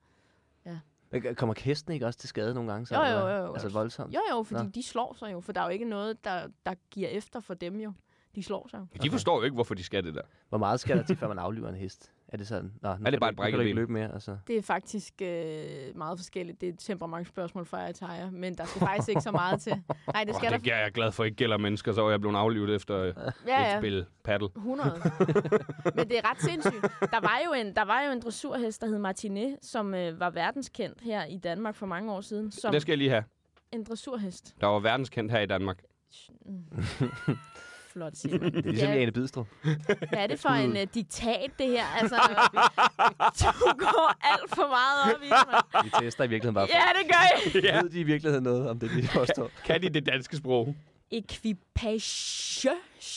Men Kommer hesten ikke også til skade nogle gange? Så, Jo, jo, eller hvad? jo, jo. Altså voldsomt? Jo, jo, fordi Nå. de slår sig jo, for der er jo ikke noget, der, der giver efter for dem jo. De slår sig jo. De forstår jo ikke, hvorfor de skal det der. Hvor meget skal der til, før man afliver en hest? Er det sådan? Nå, nu det kan bare du- et nu brækket kan du ikke ben? løbe mere, altså. Det er faktisk øh, meget forskelligt. Det er et temperamentsspørgsmål fra jeg tager, men der skal faktisk ikke så meget til. Nej, det Oh, skal det der. er jeg glad for ikke gælder mennesker, så er jeg blevet aflivet efter øh, Ja, et ja. spil paddle. hundrede. Men det er ret sindssygt. Der var jo en, der var jo en dressurhest, der hed Martinet, som øh, var verdenskendt her i Danmark for mange år siden. Som Det skal jeg lige have. en dressurhest. Der var verdenskendt her i Danmark. Mm. Flot, Simon. Det er ligesom Ja. Jane Bidstrup. Hvad er det for en uh, diktat, det her? Altså, du går alt for meget op i det, mand. Vi tester i virkeligheden bare. Ja, det gør jeg. Ja. Ved de i virkeligheden noget om det, de påstår? Kan de det danske sprog? Equipage.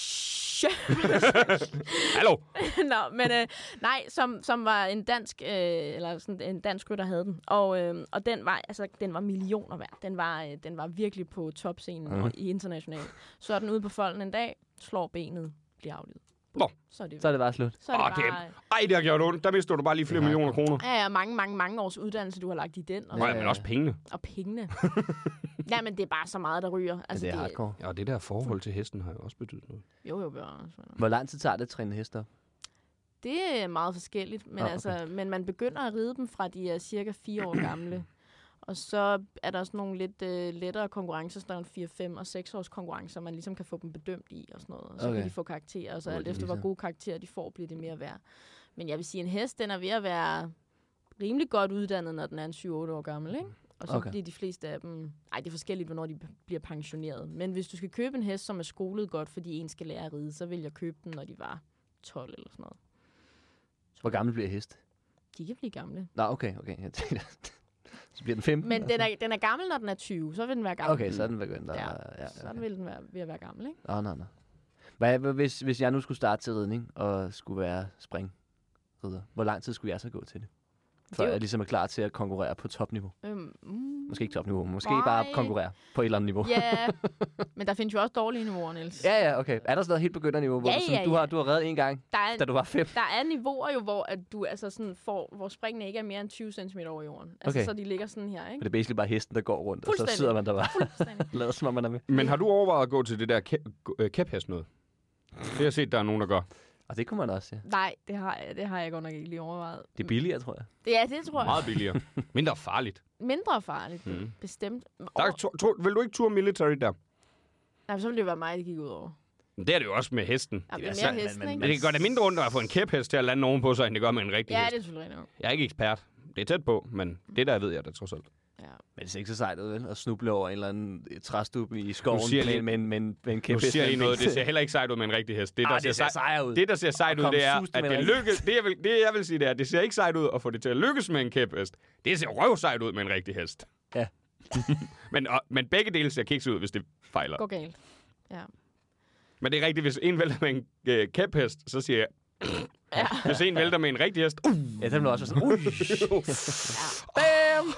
Hallo? Nå, men øh, nej, som, som var en dansk, øh, eller sådan en dansk rytter havde den. Og, øh, og den var, altså, den var millioner værd. Den var, øh, den var virkelig på topscenen Mhm. mm. i internationalt. Så er den ude på folden en dag, slår benet, bliver aflivet. Nå. Så er det, Så er det bare slut. så er det Åh, det bare... Ej, det har gjort ondt. Der mister du bare lige flere Ja. millioner kroner. Ja, ja, mange, mange, mange års uddannelse, du har lagt i den. Og, Nej, Ja, men ja. også pengene. og pengene. Ja, men det er bare så meget, der ryger. Altså, det er hardcore. Ja, og det der forhold til hesten har jo også betydet noget. Jo, jo, Bjørn. Hvor lang tid tager det at træne hester? Det er meget forskelligt, men, Ah, okay. altså, men man begynder at ride dem fra de er cirka fire år gamle. Og så er der også nogle lidt øh, lettere konkurrencer, så der er en fire, fem og seks års konkurrencer, man ligesom kan få dem bedømt i og sådan noget. Og så Okay. kan de få karakterer, og så Hvor alt de efter hvor ligesom- gode karakterer de får, bliver det mere værd. Men jeg vil sige, at en hest, den er ved at være rimelig godt uddannet, når den er en syv otte år gammel, ikke? Og så Okay. okay. bliver de fleste af dem... Ej, det er forskelligt, hvornår de b- bliver pensioneret. Men hvis du skal købe en hest, som er skolet godt, fordi en skal lære at ride, så vil jeg købe den, når de var tolv eller sådan noget. Hvor gammel bliver hest? De kan blive gamle. Nå, okay, okay. Jeg tænker, så bliver den femten. Men den er, den er gammel, når den er tyve. Så vil den være gammel. Okay, så er den begyndt at... Ja, ja, Så okay. vil den være ved at være gammel, ikke? Nå, nå, nå. Hvad, hvad- hvis, hvis jeg nu skulle starte til ridning og skulle være springrider, hvor lang tid skulle jeg så gå til det? For Det er jo- jeg ligesom er klar til at konkurrere på topniveau. Øhm, mm, Måske ikke topniveau, men måske Nej. bare konkurrere på et eller andet niveau. Ja, men der findes jo også dårlige niveauer, Niels. Ja, ja, okay. Er der sådan noget helt begynderniveau, hvor Ja, du, sådan, ja, du, har, ja. du har reddet en gang, Der er, da du var fem? der er niveauer jo, hvor at du altså sådan får, hvor springene ikke er mere end tyve centimeter over jorden. Altså, Okay. så de ligger sådan her, Men ikke? det er basically bare hesten, der går rundt, og så Fuldstændig. sidder man der bare Fuldstændig. og lader, som om man er med. Men har du overvejet at gå til det der kæ- øh, kæphest noget? Det har jeg set, der er nogen, der gør. Og det kunne man også, ja. Nej, det har, jeg, det har jeg godt nok ikke lige overvejet. Det er billigere, tror jeg. Det er det, tror jeg. Meget billigere. Mindre farligt. Mindre farligt, Mm. mm. bestemt. Der er, to, to, vil du ikke ture military der? Nej, så ville det jo være mig, det gik ud over. Men det er det jo også med hesten. Ja, det er er så- mere men- hesten, men- ikke? Men det gør det mindre ondt at få en kæphest til at lande ovenpå sig, end det gør med en rigtig Ja, hest. det er selvfølgelig rigtigt nok. Jeg er ikke ekspert. Det er tæt på, men det der ved jeg da trods alt. Ja. Men det ser ikke så sejt ud, vel? At snuble over en eller anden træstub i skoven siger jeg med, lige- med, en- med, en- med en Nu kæphest. siger I med en noget, det vinge. ser heller ikke sejt ud med en rigtig hest. Det, der Ah, ser, det ser sej- sejere ud. det, der ser sejt At ud, komme det er, susende at med en det rigtig- lykkes. Det jeg, vil, det, jeg vil sige, det er, at det ser ikke sejt ud at få det til at lykkes med en kæphest. Det ser røvsejt ud med en rigtig hest. Ja. men, og, men begge dele ser kiks ud, hvis det fejler. Går galt. Ja. Men det er rigtigt, hvis en vælter med en øh, kæphest, så siger jeg... Ja. Hvis en vælter med en rigtig hest... Uh, Ja, den vil også være sådan, ui. bam!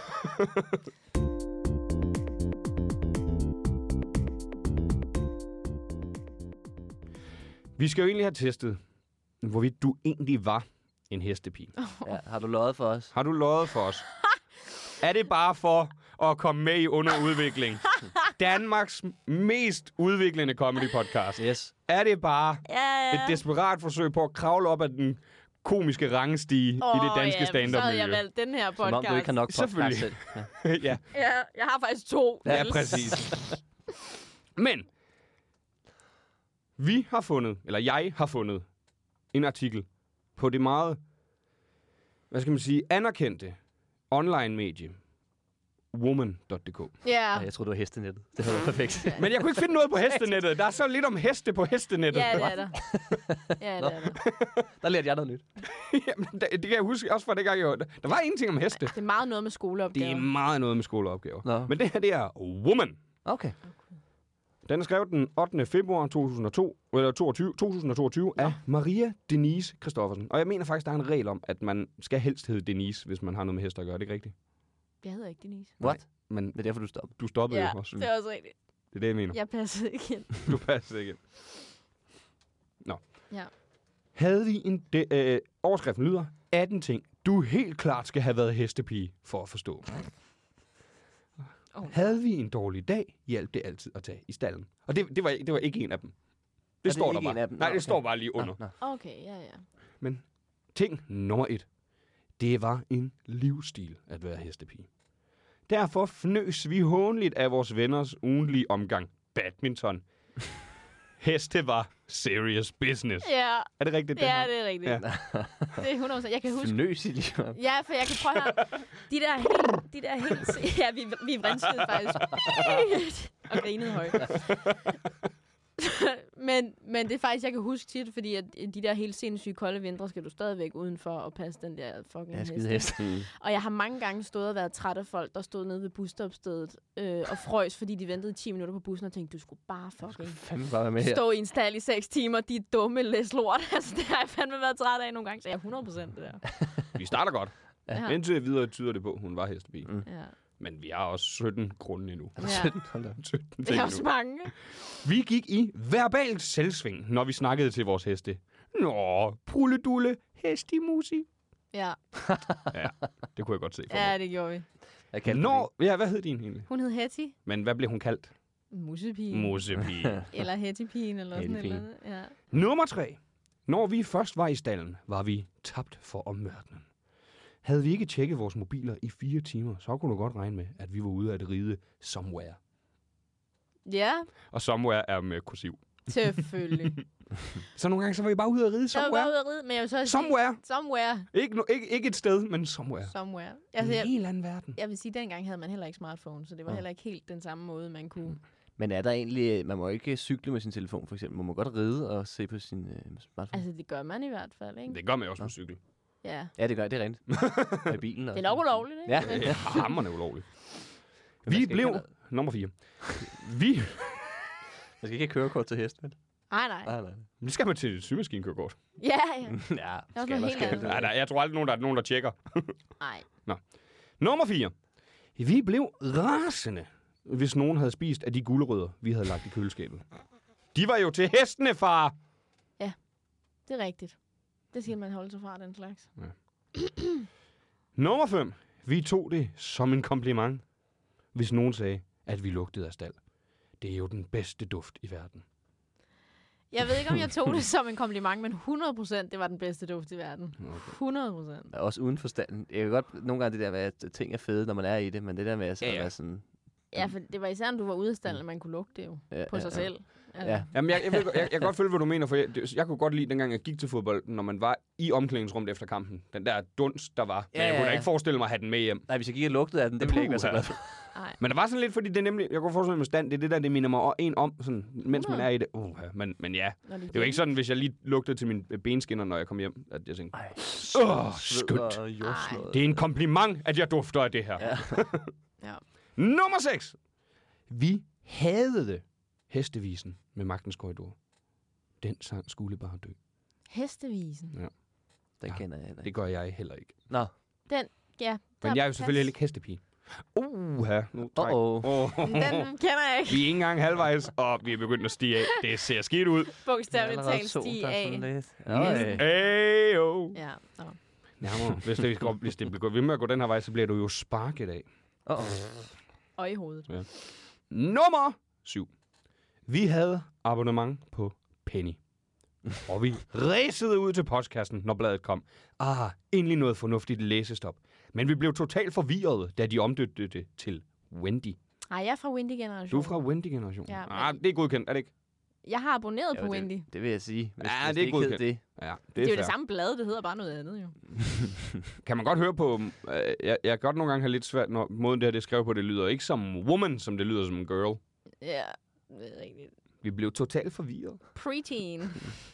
Vi skal jo egentlig have testet, hvorvidt du egentlig var en hestepige. Ja, har du løjet for os? Har du løjet for os? Er det bare for at komme med i underudvikling? Danmarks mest udviklende comedy podcast. Yes. Er det bare Ja, et desperat forsøg på at kravle op ad den komiske rangstige Åh, i det danske ja, så havde jeg stand-up-miljø? valgt den her podcast. Som om du ikke har nok podcast Selvfølgelig. selv. Ja. Ja, Ja, jeg har faktisk to. ja, Niels. præcis. Men vi har fundet, eller jeg har fundet, en artikel på det meget, hvad skal man sige, anerkendte online-medie, woman punktum d k. Ja. Ja, jeg troede, du var hestenettet. Det havde været perfekt. Men jeg kunne ikke finde noget på hestenettet. Der er så lidt om heste på hestenettet. Ja, det er der. Ja, det er der. Der lærte jeg noget nyt. Jamen, det, det kan jeg huske også fra det gang, jeg var der. Der var ingenting om heste. Det er meget noget med skoleopgaver. Det er meget noget med skoleopgaver. Nå. Men det her, det er Woman. Okay. Den er skrevet den ottende februar to tusind og to, eller toogtyve, to tusind og toogtyve af Maria Denise Christoffersen. Og jeg mener faktisk, der er en regel om, at man skal helst hedde Denise, hvis man har noget med hester at gøre. Det er ikke rigtigt? Jeg hedder ikke Denise. What? Men Det er derfor, du stopper. du stoppede Ja, jo også. det er også rigtigt. Det er det, jeg mener. Jeg passede ikke ind. Du passer ikke. Nå. Ja. Havde vi en... De, øh, overskriften lyder, atten ting, du helt klart skal have været hestepige for at forstå. Oh. Havde vi en dårlig dag, hjalp det altid at tage i stallen. Og det, det, var, det var ikke en af dem. Det det står der ikke en bare. af dem? Nej, Nå, det okay. står bare lige under. Nå, nå. Okay, ja, ja. Men ting nummer et, det var en livsstil at være hestepige. Derfor fnøs vi hånligt af vores venners ugentlige omgang badminton. Heste var serious business. Ja, Er det rigtigt? det ja her? det er rigtigt. Ja. Ja. Det er hundrede procent. Jeg kan huske... Fnøs i lige. Ja, for jeg kan prøve at høre. De der helt... De der helt ja, vi, vi vrinskede faktisk. Og grinede højt. men, men det er faktisk, jeg kan huske tit, fordi at de der helt sindssyge kolde vintre skal du stadigvæk udenfor og passe den der fucking Ja, skide hest. hest. Og jeg har mange gange stået og været træt af folk, der stod nede ved busstopstedet øh, og frøs, fordi de ventede ti minutter på bussen og tænkte, du skulle bare fucking Fanden bare være med her. stå i en stald i seks timer, de dumme læs lort. Altså, det har jeg fandme været træt af nogle gange, så jeg er hundrede procent det der. Vi starter godt. Ja. Indtil videre tyder det på, at hun var hestepige. Mm. Ja. Men vi har også sytten grunde endnu. Er der Ja. sytten? Hold da. sytten Det ting er også endnu. mange. Vi gik i verbalt selvsving, når vi snakkede til vores heste. Nå, prulledulle, hestimusi. Ja, Ja, det kunne jeg godt se for ja mig. det gjorde vi. Jeg kaldte Når, ja, hvad hed din egentlig? Hun hed Hetty. Men hvad blev hun kaldt? Musepigen. Mosepige. Eller Hetty-pigen, eller sådan Hetty-pigen. noget. Ja. Nummer tre. Når vi først var i stallen, var vi tabt for omverdenen. Havde vi ikke tjekket vores mobiler i fire timer, så kunne du godt regne med, at vi var ude af at ride somewhere. Ja, Og somewhere er med kursiv. selvfølgelig. Så nogle gange så var vi bare ude at ride Jeg var somewhere. bare ude at ride, men jeg vil så også Somewhere. sige... Somewhere. Ikke, no, ikke, ikke et sted, men somewhere. Somewhere. I Altså, en jeg, helt anden verden. jeg vil sige, at dengang havde man heller ikke smartphone, så det var Ja. heller ikke helt den samme måde, man kunne... Men er der egentlig... Man må ikke cykle med sin telefon, for eksempel. Man må godt ride og se på sin øh, smartphone. Altså, det gør man i hvert fald, ikke? Det gør man jo også på cykel. Ja. Ja, det gør det er rent. Og i bilen. Det er nok ulovligt, ikke? Ja. Men- Det er hamrende ulovligt. Man Vi skal blev... ikke have- Nummer fire. Vi... Man skal ikke have kørekort til hest, vel? Ej, nej. Nej, nej. Det skal man til et sygemaskinekørekort. Ja, ja. Ja, også noget skal helt andet. Ja, der, jeg tror aldrig, nogen, der er nogen, der tjekker. Nej. Nummer fire. Vi blev rasende, hvis nogen havde spist af de gulerødder, vi havde lagt i køleskabet. De var jo til hestene, far! Det er rigtigt. Det skal man holde sig fra, den slags. Nummer fem. Vi tog det som en kompliment, hvis nogen sagde, at vi lugtede af stald. Det er jo den bedste duft i verden. Jeg ved ikke, om jeg tog det som en kompliment, men hundrede procent, det var den bedste duft i verden. hundrede procent. Også uden for stallen. Jeg kan godt nogle gange det der med, at ting er fede, når man er i det, men det der med at, Ja, ja, ja. ja. være sådan... Ja, for det var især, når du var ude af stallen, at man kunne lugte det jo Ja, på ja, sig ja. selv. Altså, Ja. Jamen, jeg, jeg, ved, jeg, jeg kan godt følge, hvad du mener, for jeg, det- jeg kunne godt lide, dengang jeg gik til fodbold, når man var i omklædningsrummet efter kampen. Den der dunst, der var. Men Ja, jeg kunne ja, da ja. ikke forestille mig at have den med hjem. Nej, hvis jeg gik og lugtede af den, det ville jeg ikke være så Puha. glad for. Nej. Men der var sådan lidt, fordi det er nemlig, jeg kunne forestille mig med stand, det er det der, det minder mig en om, sådan, mens man er i det. Uh, men, men ja, Når de det er jo ikke sådan, hvis jeg lige lugtede til mine benskinner, når jeg kom hjem, at jeg tænkte, Ej, åh, skønt. og jordslået. Det er en kompliment, at jeg dufter af det her. Ja. Ja. Nummer seks. Vi hadede hestevisen med Magtens Korridor. Den sang skulle bare dø. Hestevisen. Den Ja. kender jeg heller Det ikke. gør jeg heller ikke. Nå, Ja. Men der jeg er jo pas. selvfølgelig heller ikke hestepige. Uh, her. Nu træk. Uh-oh. Oh. Den kender jeg ikke. Vi er ikke engang halvvejs, og vi er begyndt at stige af. Det ser skidt ud. Bogstaveligt allerede talt to, stige der er af. sådan lidt. Mm. Øj. Ayo. Ja. Nå. Nærmere. Hvis det, går, hvis det går ved med at gå den her vej, så bliver du jo sparket af. Uh-oh. Og i hovedet. Nummer syv. Vi havde abonnement på Penny. Og vi ræsede ud til postkassen, når bladet kom. Ah, endelig noget fornuftigt læsestop. Men vi blev totalt forvirrede, da de omdøbte det til Wendy. Ej, jeg er fra Wendy-generationen. Du er fra Wendy-generationen. Ja, men- Ah, det er godkendt, er det ikke? Jeg har abonneret Jo, på Wendy. det, det vil jeg sige. Hvis, Ja, hvis det er ikke hed godkendt. det. Ja, det er, Det er jo fair. det samme blad, det hedder bare noget andet jo. Kan man godt høre på... Øh, jeg, jeg kan godt nogle gange have lidt svært, når måden det her det er skrevet på, det lyder ikke som woman, som det lyder som girl. Ja, det er rigtigt. Vi blev totalt forvirret. Preteen.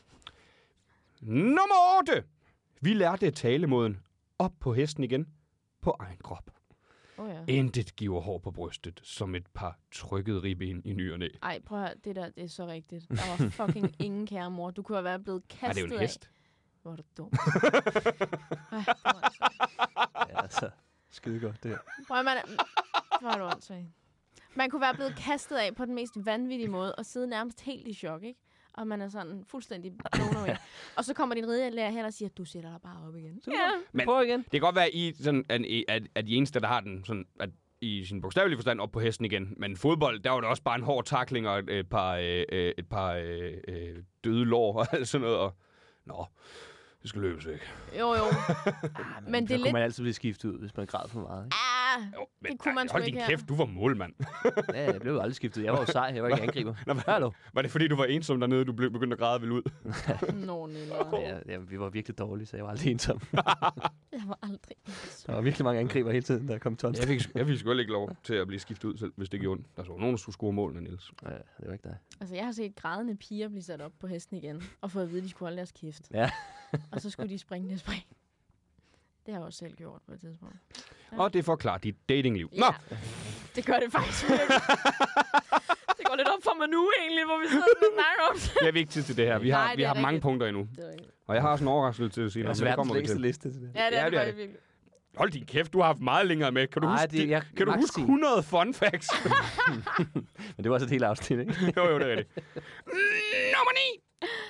Nummer otte. Vi lærte talemåden op på hesten igen på egen krop. Oh, ja. Intet giver hår på brystet, som et par trykkede ribben i ny og næ. Ej, prøv at høre, det der, det er så rigtigt. Der var fucking ingen kære mor. Du kunne have været blevet kastet Nej, det er jo en hest. af. Hvor er du dum. Ej, det var altså- Ja, altså. Skide godt, det her. Prøv at man, hvor er du åndssvagt. Man kunne være blevet kastet af på den mest vanvittige måde, og sidde nærmest helt i chok, ikke? Og man er sådan fuldstændig blown away. Og så kommer din ridelærer hen og siger, du sætter dig bare op igen. Ja. Men- Prøv igen. Det kan godt være, I, sådan, at, at, at de eneste, der har den sådan, at i sin bogstavelige forstand op på hesten igen. Men fodbold, der var det også bare en hård tackling og et, et par, øh, øh, et par øh, øh, døde lår og alt sådan noget. Og, nå, det skal løbes, ikke? Jo, jo. Ah, Men det så er kunne lidt- man altid blive skiftet ud, hvis man græd for meget. Ikke? Ah, Jo, men, Det kunne man ej, sgu hold ikke din her. kæft, du var målmand. Ja, jeg blev jo aldrig skiftet. Jeg var jo sej, jeg var ikke angriber. Nå, var, Hallo. var det fordi, du var ensom dernede, du blev begyndt at græde vel ud? nå, Nilla. Ja, ja, vi var virkelig dårlige, så jeg var aldrig ensom. Jeg var aldrig. Der var virkelig mange angriber hele tiden, der kom tons. Jeg fik, jeg fik sgu heller ikke lov til at blive skiftet ud, selv, hvis det gjorde ondt. Der var nogen, der skulle score målene, Niels. Ja, det var ikke dig. Altså, jeg har set grædende piger blive sat op på hesten igen, og fået at vide, at de skulle holde deres kæft. Ja. Og så skulle de springe det spring. Det har jeg også selv gjort på et tidspunkt. Ja. Og det forklarer dit datingliv. Nå, Ja, det gør det faktisk virkelig. Det går lidt op for mig nu egentlig, hvor vi sidder og snakker om det. vi har ikke tid til det her. Vi har, Nej, det vi er har mange rigtigt. punkter endnu. Det er rigtigt. Og jeg har også en overraskelse til at sige Det er dig, også men det verdens kommer vi længste til. liste til det. Ja, det Ja, er det det er faktisk virkelig. Hold din kæft, du har haft meget længere med. Kan du Nej, huske, det- det, jeg- kan du max huske ti. hundrede fun facts? Men det var også et helt afsnit, ikke? jo, jo, det er rigtigt. Nummer ni!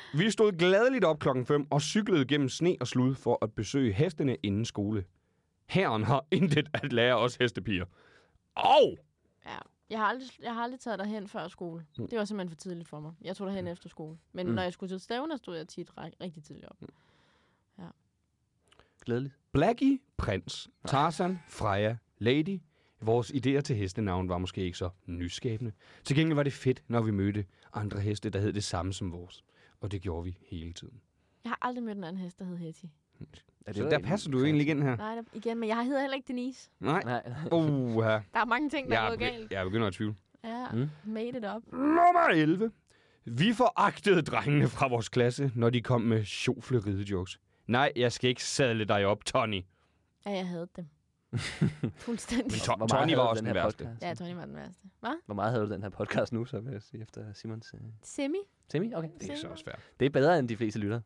Vi stod gladeligt op klokken fem og cyklede gennem sne og slud for at besøge hestene inden skole. Herren har intet at lære os hestepiger. Og Ja. Jeg har, aldrig, jeg har aldrig taget derhen før skole. Mm. Det var simpelthen for tidligt for mig. Jeg tog derhen efter skole. Men Mm. når jeg skulle til stævner, stod jeg tit ri- rigtig tidligt op. Glædeligt. Blackie, Prins, Tarzan, Freja, Lady. Vores idéer til hestenavn var måske ikke så nyskabende. Til gengæld var det fedt, når vi mødte andre heste, der hed det samme som vores. Og det gjorde vi hele tiden. Jeg har aldrig mødt en anden hest, der hed Hetty. Er Så der passer du egentlig igen her. Nej, der, igen, men jeg hedder heller ikke Denise. Nej. Nej. Uh, Der er mange ting, der er gået jeg, galt. jeg begynder at tvivle. Ja, Mm. made it up. Nummer elleve. Vi foragtede drengene fra vores klasse, når de kom med sjofle ridejokes. Nej, jeg skal ikke sadle dig op, Tony. Ja, jeg havde dem. Fuldstændig. Men to- Hvor meget Tony havde var du også den den her værste. podcast? Ja, Tony var den værste. Hvad? Hvor meget havde du den her podcast nu, så vil jeg sige, efter Simons... Uh... Semi? Semi? Okay. Det er så også svært. Det er bedre, end de fleste lytter.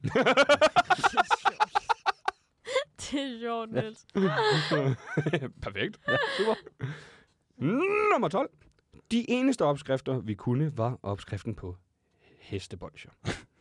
Det er sjovt, Niels. Perfekt. Ja, super. Nummer tolv. De eneste opskrifter, vi kunne, var opskriften på hestebolcher.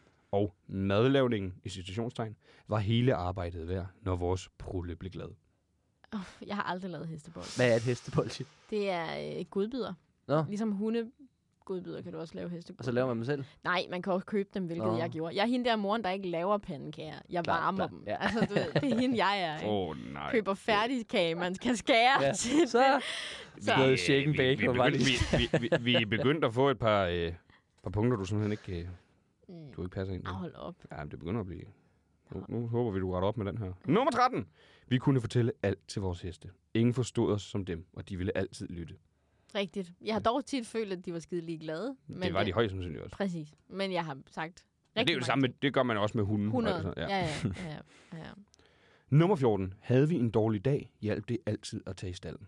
Og madlavningen, i situationstegn, var hele arbejdet værd, når vores prulle blev glad. Oh, jeg har aldrig lavet hestebold. Hvad er et hestebolsje? Det er øh, godbidder. Nå, Ligesom hunde godbidder kan du også lave hestegudbidder. og så laver man dem selv? Nej, man kan også købe dem, hvilket Nå. jeg gjorde. Jeg er hende der moren, der ikke laver pandekager. Jeg Klart, varmer klart, dem. ja. Altså, du ved, det er hende, jeg er. Ikke? Åh, oh, nej. Køber færdigkage, man skal skære Ja. til Så Så- så noget shake and vi, bake. vi, hvor var begyndte, det- vi, vi, vi, vi er begyndt at få et par, øh, par punkter, du simpelthen ikke, øh, Mm. du ikke passer ind i. Ah, hold op. Ja, men det begynder at blive... Nu, nu håber vi, du retter op med den her. Nummer tretten. Vi kunne fortælle alt til vores heste. Ingen forstod os som dem, og de ville altid lytte. Rigtigt. Jeg har dog tit følt, at de var skide ligeglade. Men Det var de højst sandsynligt også. Præcis. Men jeg har sagt Men det er jo det samme, med, det gør man også med hunden. og hundrede. alt sådan, Ja, ja, ja, ja, ja. Nummer fjorten. Havde vi en dårlig dag, hjalp det altid at tage i stallen.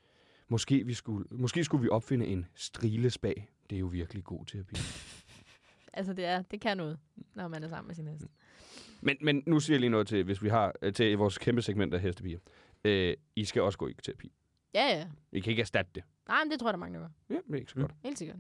Måske, vi skulle, måske skulle vi opfinde en strilespag. Det er jo virkelig god terapi. Altså, det, er, det kan noget, når man er sammen med sin hest. Men, men nu siger jeg lige noget til, hvis vi har øh, til vores kæmpe segment af hestepiger. Øh, I skal også gå i terapi. Ja, ja. I kan ikke erstatte det. Nej, men det tror jeg, der er mange, der gør. Ja, det er ikke så godt. Helt sikkert.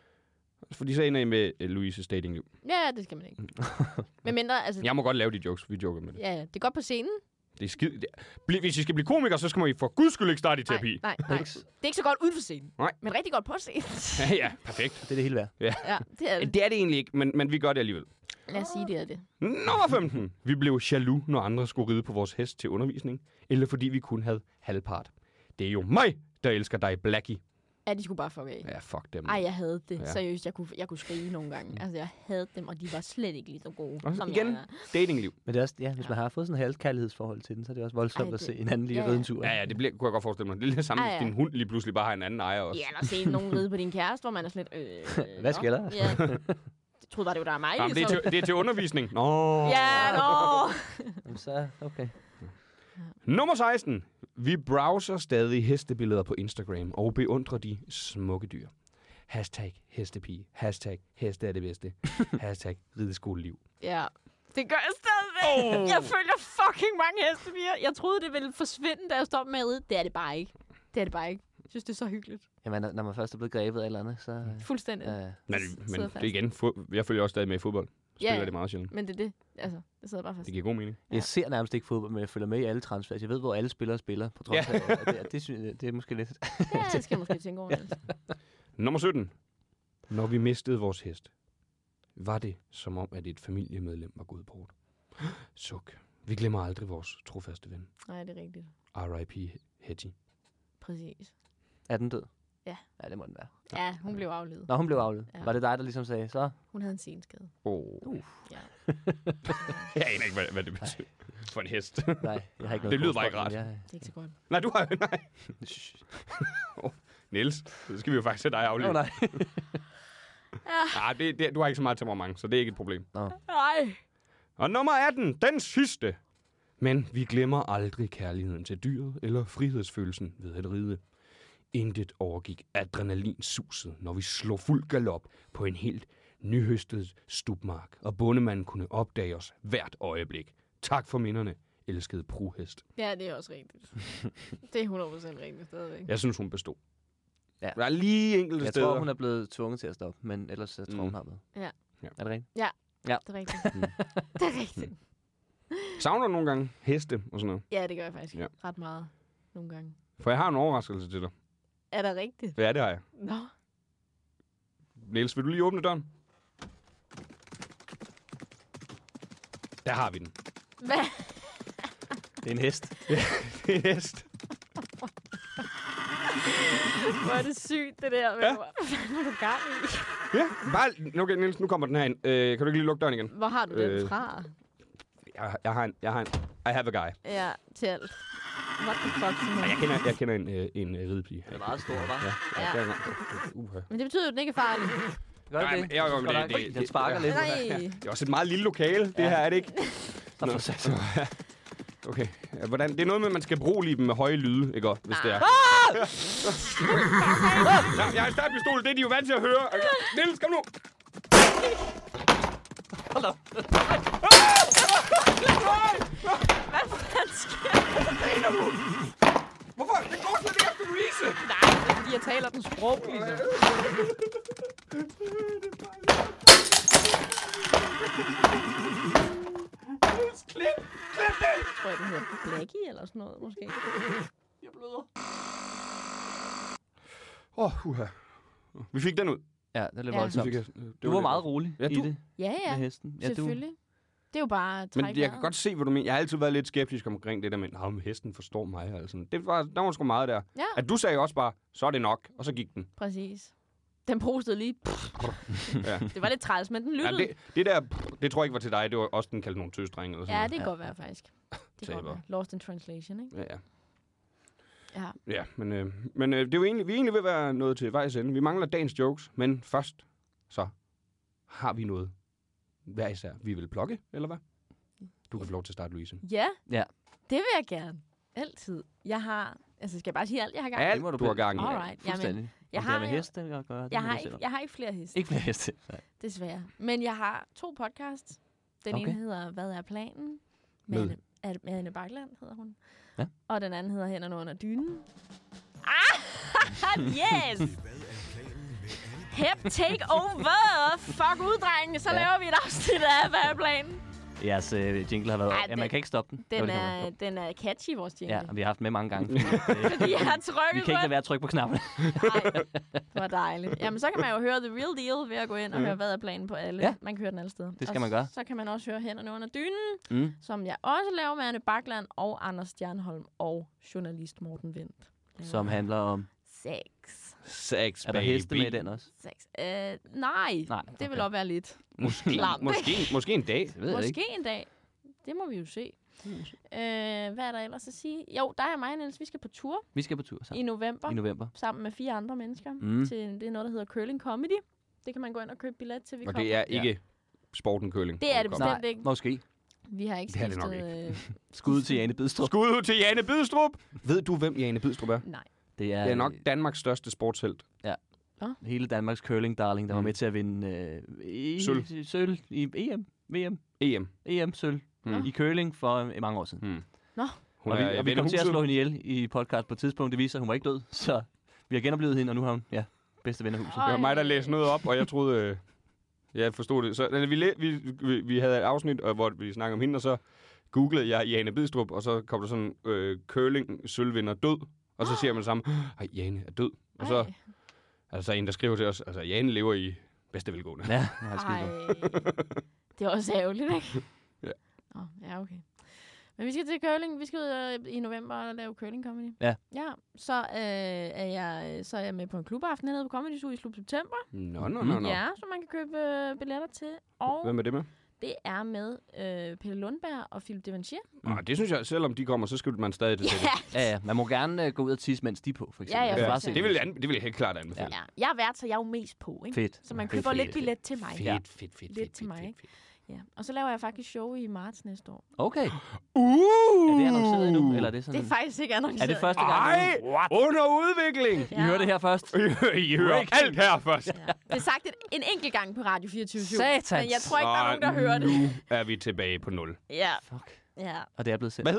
Fordi så ender I med uh, Louises datingliv. Ja, det skal man ikke. Men mindre, altså... Jeg må godt lave de jokes, vi joker med det. Ja, ja, det er godt på scenen. Det er skid. Det er. Bli, hvis I skal blive komikere, så skal I for guds skyld ikke starte i terapi. Nej, nej, nej. Det er ikke så godt uden for scenen. Nej. Men rigtig godt på scenen. Ja, ja, perfekt. Det er det hele værd. Ja, det er det. Det er det egentlig ikke, men, men vi gør det alligevel. Lad os sige, det er det. Nummer femten. Vi blev jaloux, når andre skulle ride på vores hest til undervisning, eller fordi vi kun havde halvpart. Det er jo mig, der elsker dig, Blackie. Ja, de skulle bare fuck af. Ja, fuck dem. Ej, jeg havde det. Ja. Ja. Seriøst, jeg kunne, jeg kunne skrive nogle gange. Altså, jeg havde dem, og de var slet ikke lige så gode, Og så som igen, jeg er. datingliv. Men det er også, ja, hvis man har fået sådan et halvkærlighedsforhold til den, så er det også voldsomt Ej, at det- se en anden lige Ja, ride ja. en tur. Ja, ja, det bliver, kunne jeg godt forestille mig. Det er lidt det samme, Ja, hvis ja. din hund lige pludselig bare har en anden ejer også. Ja, eller se nogen ride på din kæreste, hvor man er slet... Øh, Hvad nå. sker der? Ja. Jeg troede bare, det var der mig. Nå, men det, er ligesom. til, det er til undervisning. Nå. Ja, nå! Jamen, så, okay. Nummer seksten. Vi browser stadig hestebilleder på Instagram og beundrer de smukke dyr. Hashtag hestepige. Hashtag heste er det bedste. Hashtag rideskoleliv. Ja, det gør jeg stadigvæk. Oh. Jeg følger fucking mange hestepiger. Jeg troede, det ville forsvinde, da jeg stoppede med at ride. Det er det bare ikke. Det er det bare ikke. Jeg synes, det er så hyggeligt. Jamen, når- når man først er blevet grebet af et eller andet, så... Fuldstændig. Ja, Men, S- men sidder det fast. er igen, fod, jeg følger også stadig med i fodbold. Spiller Ja, ja. det meget sjældent. Men det er det. Altså, det sidder bare fast. Det giver god mening. jeg ser nærmest ikke fodbold, men jeg følger med i alle transfers. Jeg ved, hvor alle spillere spiller, på trods Ja. af, og det, det, synes jeg- det er måske lidt... Ja, det skal jeg måske tænke over. Niels. Nummer sytten. Når vi mistede vores hest, var det som om, at et familiemedlem var gået bort. Suk. Vi glemmer aldrig vores trofaste ven. Nej, det er rigtigt. R I P Hetty. Præcis. Er den død? Ja. Ja, det må den være. Ja, hun blev aflevet. Når hun blev afledt, Ja. var det dig, der ligesom sagde, så... Hun havde en senskade. Oh. Ja. Jeg aner ikke, hvad, hvad det betyder for en hest. Nej, jeg har ikke noget Det lyder på bare ikke spot, rart. men Jeg... Det er ikke så godt. Nej, du har nej. oh, Niels, så skal vi jo faktisk sætte dig aflivet. Åh, nej. Ah, det, det, du har ikke så meget temperament, så det er ikke et problem. Nej. Og nummer atten, den sidste. Men vi glemmer aldrig kærligheden til dyret eller frihedsfølelsen ved at ride. Intet overgik adrenalinsuset, når vi slog fuld galop på en helt nyhøstet stubmark, og bondemanden kunne opdage os hvert øjeblik. Tak for minderne, elskede pruhest. Ja, det er også rigtigt. Det er hundrede procent rigtigt stadigvæk. Jeg synes, hun bestod. Ja. Der er lige enkelte Jeg steder. tror, hun er blevet tvunget til at stoppe, men ellers jeg tror Mm. hun har været. Ja. Ja. Er det rigtigt? Ja, Ja. Det er rigtigt. Det er rigtigt. Savner du nogle gange heste og sådan noget? Ja, det gør jeg faktisk Ja. ret meget nogle gange. For jeg har en overraskelse til dig. Er det rigtigt? Ja, det har jeg. Nå. Niels, vil du lige åbne døren? Der har vi den. Hvad? Det er en hest. Det er en hest. Hvor er det sygt, det der. Ja. Hvad fanden er du gang i? Ja, bare... Okay, Niels, nu kommer den her ind. Øh, kan du ikke lige lukke døren igen? Hvor har du Øh. den fra? Jeg, jeg, har en, jeg har en... I have a guy. Ja, til alt. What the fuck, Simon? Jeg kender, jeg kender en, øh, en øh, ridepige. Det er meget stor, hva'? Ja, ja. Ja. Det er, uh, Men det betyder jo, at den ikke er farlig. Gør Nej, det men- det? ja, jo, men Skal det- der- det- Den det- sparker ja. lidt. Nej. det er også et meget lille lokale, det Ja. her, er det ikke? Så for satan. Ja. Okay. Ja, hvordan? Det er noget med, at man skal bruge dem med høje lyde, ikke også? Hvis det er. Ja, jeg har en stærk pistol, det er de jo vant til at høre. Okay. Niels, kom nu! Hold op. Hvad fanden sker der? Hvorfor? Det går slet ikke efter Louise! Nej, det er fordi, jeg taler den sprog, ligesom. Niels, klip! Klip det! Jeg tror, jeg, den hedder Blackie eller sådan noget, måske. Jeg bløder. Åh, oh, uha. Vi fik den ud. Ja, det er lidt Ja. voldsomt. Vi fik, øh, det Du var meget rolig Ja, i du- det Ja, med ja, hesten. Ja, du. selvfølgelig. Det er jo bare at trække Men jeg kan vejret. godt se, hvad du mener. Jeg har altid været lidt skeptisk omkring det der med, at hesten forstår mig. Eller sådan. Det var, der var sgu meget der. Ja, At du sagde også bare, så er det nok, og så gik den. præcis. Den postede lige. Ja. Det var lidt træls, men den Ja, lyttede. det, det der, det tror jeg ikke var til dig. Det var også den kaldte nogle tøsdrenge. Eller sådan Ja, noget. det kan Ja. godt være, faktisk. Det kan godt Taber. være. Lost in translation, ikke? Ja, ja. Ja. Ja, men, øh, men øh, det er jo egentlig, vi er egentlig ved at være noget til vejs ende. Vi mangler dagens jokes, men først så har vi noget hver især. Vi vil plukke, eller hvad? Du kan få lov til at starte, Louise. Ja, Ja. det vil jeg gerne. Altid. Jeg har... Altså, skal jeg bare sige alt, jeg har gang i? Alt, det må du du har vel- gang i. Alright. Jamen, Fuldstændig. jeg Om har det er med jo- hest, det kan gøre. Det jeg må har, du selv ikke, om. jeg har ikke flere heste, Ikke flere heste. Nej. desværre. Men jeg har to podcasts. Den Okay. ene hedder Hvad er planen? Med Med? Anne, Anne, med Anne Bakland hedder hun. Ja. Og den anden hedder Hænderne under dynen. Ah! Yes! Hep, take over! Fuck ud, drenge! Så Ja. laver vi et afsnit af Hvad er planen? Jeres øh, jingle har været... Ej, Ja, man den- kan ikke stoppe den. Det Den var det, er, den er catchy, vores jingle. Ja, og vi har haft med mange gange. Fordi, det, Fordi jeg har vi trykket kan ikke på lade den. være at trykke på knappen. Nej, det var dejligt. Jamen, så kan man jo høre The Real Deal ved at gå ind og Mhm. høre, hvad er planen på alle. Ja. Man kan høre den alle steder. Det skal Og man gøre. Så kan man også høre Hænderne under dynen, Mm. som jeg også laver med Anne Bakland og Anders Stjernholm og journalist Morten Vendt. Laver Som handler om... sex. Sex, Er der heste med i den også? Sex. Øh, nej, Nej, det vil okay. også være lidt Måske, klamt. måske, måske en dag. Det ved jeg ikke. Måske en dag. Det må vi jo se. Øh, hvad er der ellers at sige? Jo, der er mig og Niels. Vi skal på tur Vi skal på tur i sammen. november. I november. Sammen med fire andre mennesker. Mm. Til, det er noget, der hedder Curling Comedy. Det kan man gå ind og købe billet til, vi Og kommer. det er ikke sporten curling. Det er det Kom. bestemt ikke. Måske. Vi har ikke Det er det nok skiftet... Øh, Skud til Jane Bidstrup. Skud ud til Jane Bidstrup. Ved du, hvem Jane Bidstrup er? nej. Det er, Det er nok Danmarks største sportshelt. hele Danmarks curling darling, der var Mm. med til at vinde øh, i, Sølv. sølv i E M, V M, E M. E M sølv Mm. i curling for øh, mange år siden. Hmm. Nå. Hun Og vi, er og vi kom til at vennerhuset. slå hende ihjel i podcast på et tidspunkt. Det viser sig, at hun var ikke død, så vi har genoplevet hende, og nu har hun ja, bedste ven af huset. Det var mig, der læste noget op, og jeg troede... Øh, jeg forstod det. Så altså, vi, læ- vi, vi, vi havde et afsnit, øh, hvor vi snakkede om hende, og så googlede jeg Jane Bidstrup, og så kom der sådan øh, curling sølvvinder død. Og så siger man sammen, ej, Jane er død. Og så Ej. altså en, der skriver til os, altså Jane lever i bedste velgående. Ja, det er skide godt. Ej. Det er også ærgerligt, ikke? Ja. Nå, ja, okay. Men vi skal til curling. Vi skal ud øh, i november og lave curling comedy. Ja. Ja, så, øh, er jeg, så er jeg med på en klubaften hernede på Comedy Zoo i slut september. Nå, nå, nå, nå. Ja, som man kan købe øh, billetter til. Og Hvem er det med? det er med øh, Pelle Lundberg og Philip Devanchier. Mm. Nå, det synes jeg, selvom de kommer, så skal man stadig til det. Ja, ja. Man må gerne uh, gå ud og tisse, mens de er på, for eksempel. Ja, ja, Jeg vil for bare eksempel. se Det vil, jeg, an- det vil jeg helt klart anbefale. Ja. Jeg er vært, så jeg er jo mest på, ikke? Fedt. Så man Det er køber fedt. lidt billet til mig. Fedt, Ja. fedt, fedt, fedt, Lidt fedt, til mig, fedt, ikke? fedt. Ja. Og så laver jeg faktisk show i marts næste år. Okay. Uh! Er det annonceret endnu, eller er det sådan? Det er faktisk ikke annonceret. er det første gang? Ej, under udvikling! I hører det her først. I hører alt her først. Ja. Det er sagt et, en enkelt gang på Radio fireogtyve syv. Satans. Men jeg tror ikke, der er nogen, der hører det. Nu er vi tilbage på nul. Ja, Fuck. ja. Og det er blevet sendt. Hvad hedder det?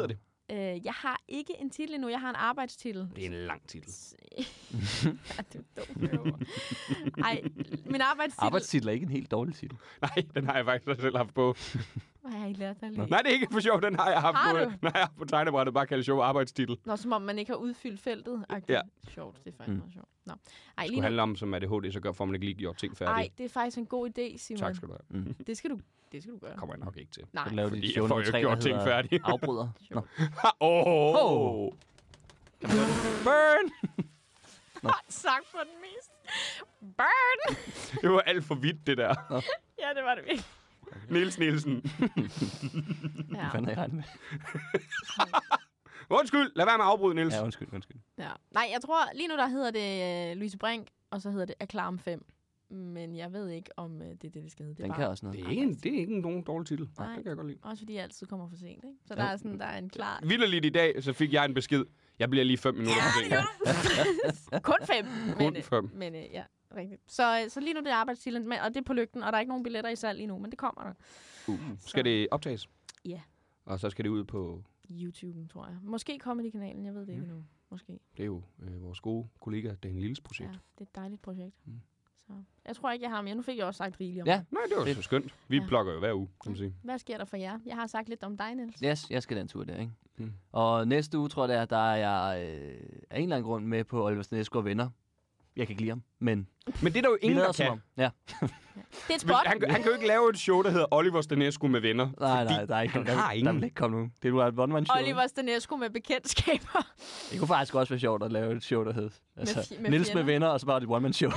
Øh, jeg har ikke en titel endnu. Jeg har en arbejdstitel. Det er en lang titel. Ja, det er dumt. Ej, min arbejdstitel... Arbejdstitel er ikke en helt dårlig titel. Nej, den har jeg faktisk også selv haft på. Hvor har jeg ikke lært dig lige? Nej, det er ikke for sjov. Den har jeg haft Har på. du? Nej, jeg har på tegnebrættet bare kaldt sjov arbejdstitel. Nå, som om man ikke har udfyldt feltet. Ja. Sjovt, det er faktisk Mm. meget sjovt. Nå. Ej, Det lige skulle nu... handle om, som A D H D, så gør, får man ikke lige gjort ting færdige. Ej, det er faktisk en god idé, Simon. Tak skal du have. Mm. Det skal du, det skal du gøre. Kommer jeg nok ikke til. Så Nej. laver Fordi de jeg show får jo nummer ikke tre, gjort der ting hedder færdige. Afbryder. Nå. Åh! Oh. Burn! Sagt på den mest. Burn! Det var alt for vidt, det der. Ja, det var det virkelig. Niels Nielsen. Hvad Ja. fanden har jeg regnet med? Undskyld, lad være med at afbryde, Niels. Ja, undskyld, undskyld. Ja. Nej, jeg tror, lige nu der hedder det uh, Louise Brink, og så hedder det Alarm fem. Men jeg ved ikke, om uh, det er det, det skal hedde. Det er Den bare, kan også noget. Det er ikke, en, det er ikke nogen dårlig titel. Nej. Det kan jeg godt lide. også fordi jeg altid kommer for sent, ikke? Så Ja. der er sådan, der er en klar... Vildt i dag, så fik jeg en besked. Jeg bliver lige fem minutter for sent. Kun fem. Kun men, fem. Men uh, ja, rigtigt. Så, uh, så lige nu det er arbejdstilen, men, og det er på lygten, og der er ikke nogen billetter i salg lige nu, men det kommer der. Uh. Skal det optages? Ja. Og så skal det ud på... YouTube, tror jeg. Måske Comedy-kanalen, jeg ved det ikke endnu. Måske. Det er jo øh, vores gode kollega, Dan Lilles projekt. Ja, det er et dejligt projekt. Mm. Så jeg tror ikke, jeg har mere. Nu fik jeg også sagt rigeligt om Ja, det. Nej, det var Fedt. så skønt. Vi Ja. plukker jo hver uge, kan man sige. Hvad sker der for jer? Jeg har sagt lidt om dig, Niels. yes, jeg skal den tur der, ikke? Mm. Og næste uge, tror jeg, det er, der er jeg øh, af en eller anden grund med på Oliver Stanesco og venner. Jeg kan ikke lide ham, men Men det er der jo vi ingen, lader der som kan. om. Ja. Det er et Men spot. han, han kan jo ikke lave et show, der hedder Oliver Stanescu med venner. Nej, fordi nej, der er ikke han nogen, der, har der ingen. vil ikke komme nogen. Det er jo et one-man-show. Oliver Stanescu med bekendtskaber. Det kunne faktisk også være sjovt at lave et show, der hed altså, fi- med Niels med fjender. venner, og så bare et one-man-show.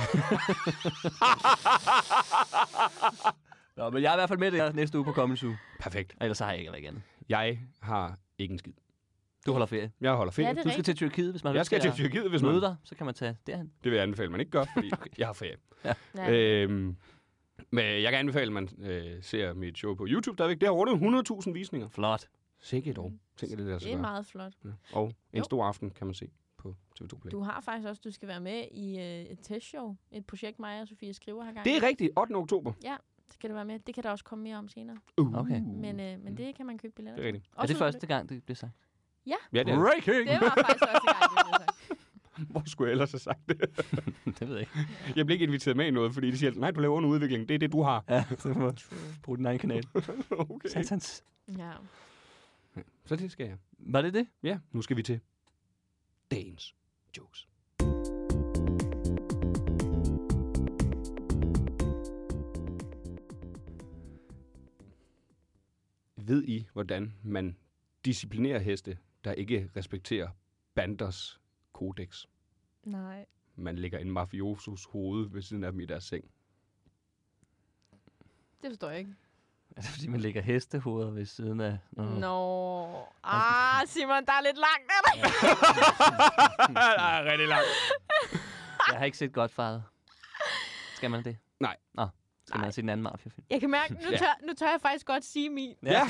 Nå, men jeg er i hvert fald med det her næste uge på Comedy Zoo. Perfekt. Ellers så har jeg ikke noget andet. Jeg har ikke en skid. Du holder ferie. Jeg holder ferie. Ja, det er Du skal til Tyrkiet, hvis man har Jeg lyst skal til at Tyrkiet, hvis møde man... dig, så kan man tage derhen. Det vil jeg anbefale, man ikke gør, fordi jeg har ferie. Ja. Øhm, men jeg kan anbefale, at man øh, ser mit show på YouTube. Der er det har rundet hundrede tusind visninger. Flot. Sikkert dog. Tænker det der så Det er meget flot. Ja. Og en Jo. stor aften kan man se på T V to Play. Du har faktisk også, du skal være med i øh, et testshow. Et projekt, mig og Sofie Skriver har gang. Det er rigtigt. ottende oktober. Så skal du være med. Det kan der også komme mere om senere. Uh. Okay. Men, øh, men det kan man købe billetter Det er rigtigt. Er det første gang, det bliver sagt? Ja, det er. Breaking! Det var faktisk første gang, det blev sagt. Hvor skulle jeg ellers have sagt det? det ved jeg ikke. Jeg blev ikke inviteret med i noget, fordi de siger, nej, du laver en udvikling. Det er det, du har. Ja, så må bruge din egen kanal. Okay. Satans. Ja. Så det skal jeg. Var det det? Ja, nu skal vi til dagens jokes. Ved I, hvordan man disciplinerer heste, der ikke respekterer banders kodex? Nej. Man lægger en mafiosos hoved ved siden af dem i deres seng. Det forstår jeg ikke. Er det fordi, man lægger hestehoveder ved siden af? Nå. Nå. Ah, Simon, der er lidt langt, er der? Det er rigtig langt. Jeg har ikke set Godfather. Skal man det? Nej. Nå, skal Nej. man se en anden mafiafilm? Jeg kan mærke, nu Ja. tør, nu tør jeg faktisk godt sige min. Ja.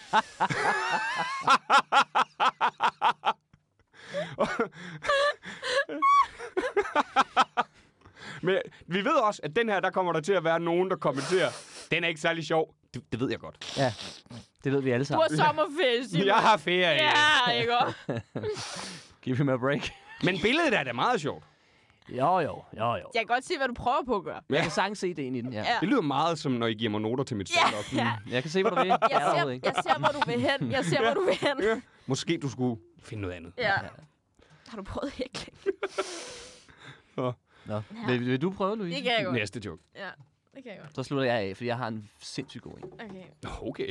Men vi ved også, at den her, der kommer der til at være nogen, der kommenterer, den er ikke særlig sjov. Det, det ved jeg godt. Ja, det ved vi alle Du sammen. har sommerferie, Simon. Jeg har ferie. Ja, ikke også? Give him a break. Men billedet er da meget sjovt. Jo, jo, jo, jo. Jeg kan godt se, hvad du prøver på at gøre. Jeg kan sagtens se det ind i den, ja. Ja. Det lyder meget som, når I giver mig noter til mit Ja, stand-up. ja. Jeg kan se, hvad du vil. Jeg Jeg er ser, overhovedet ikke. jeg ser, hvor du vil hen. Jeg ser, hvor du vil hen. Ja. Måske du skulle finde noget andet. Ja. Har du prøvet hækling? Nå. Ja. Vil, vil du prøve, Louise? Det kan jeg godt. Næste joke. Ja, det kan jeg godt. Så slutter jeg af, fordi jeg har en sindssygt god en. Okay. Okay.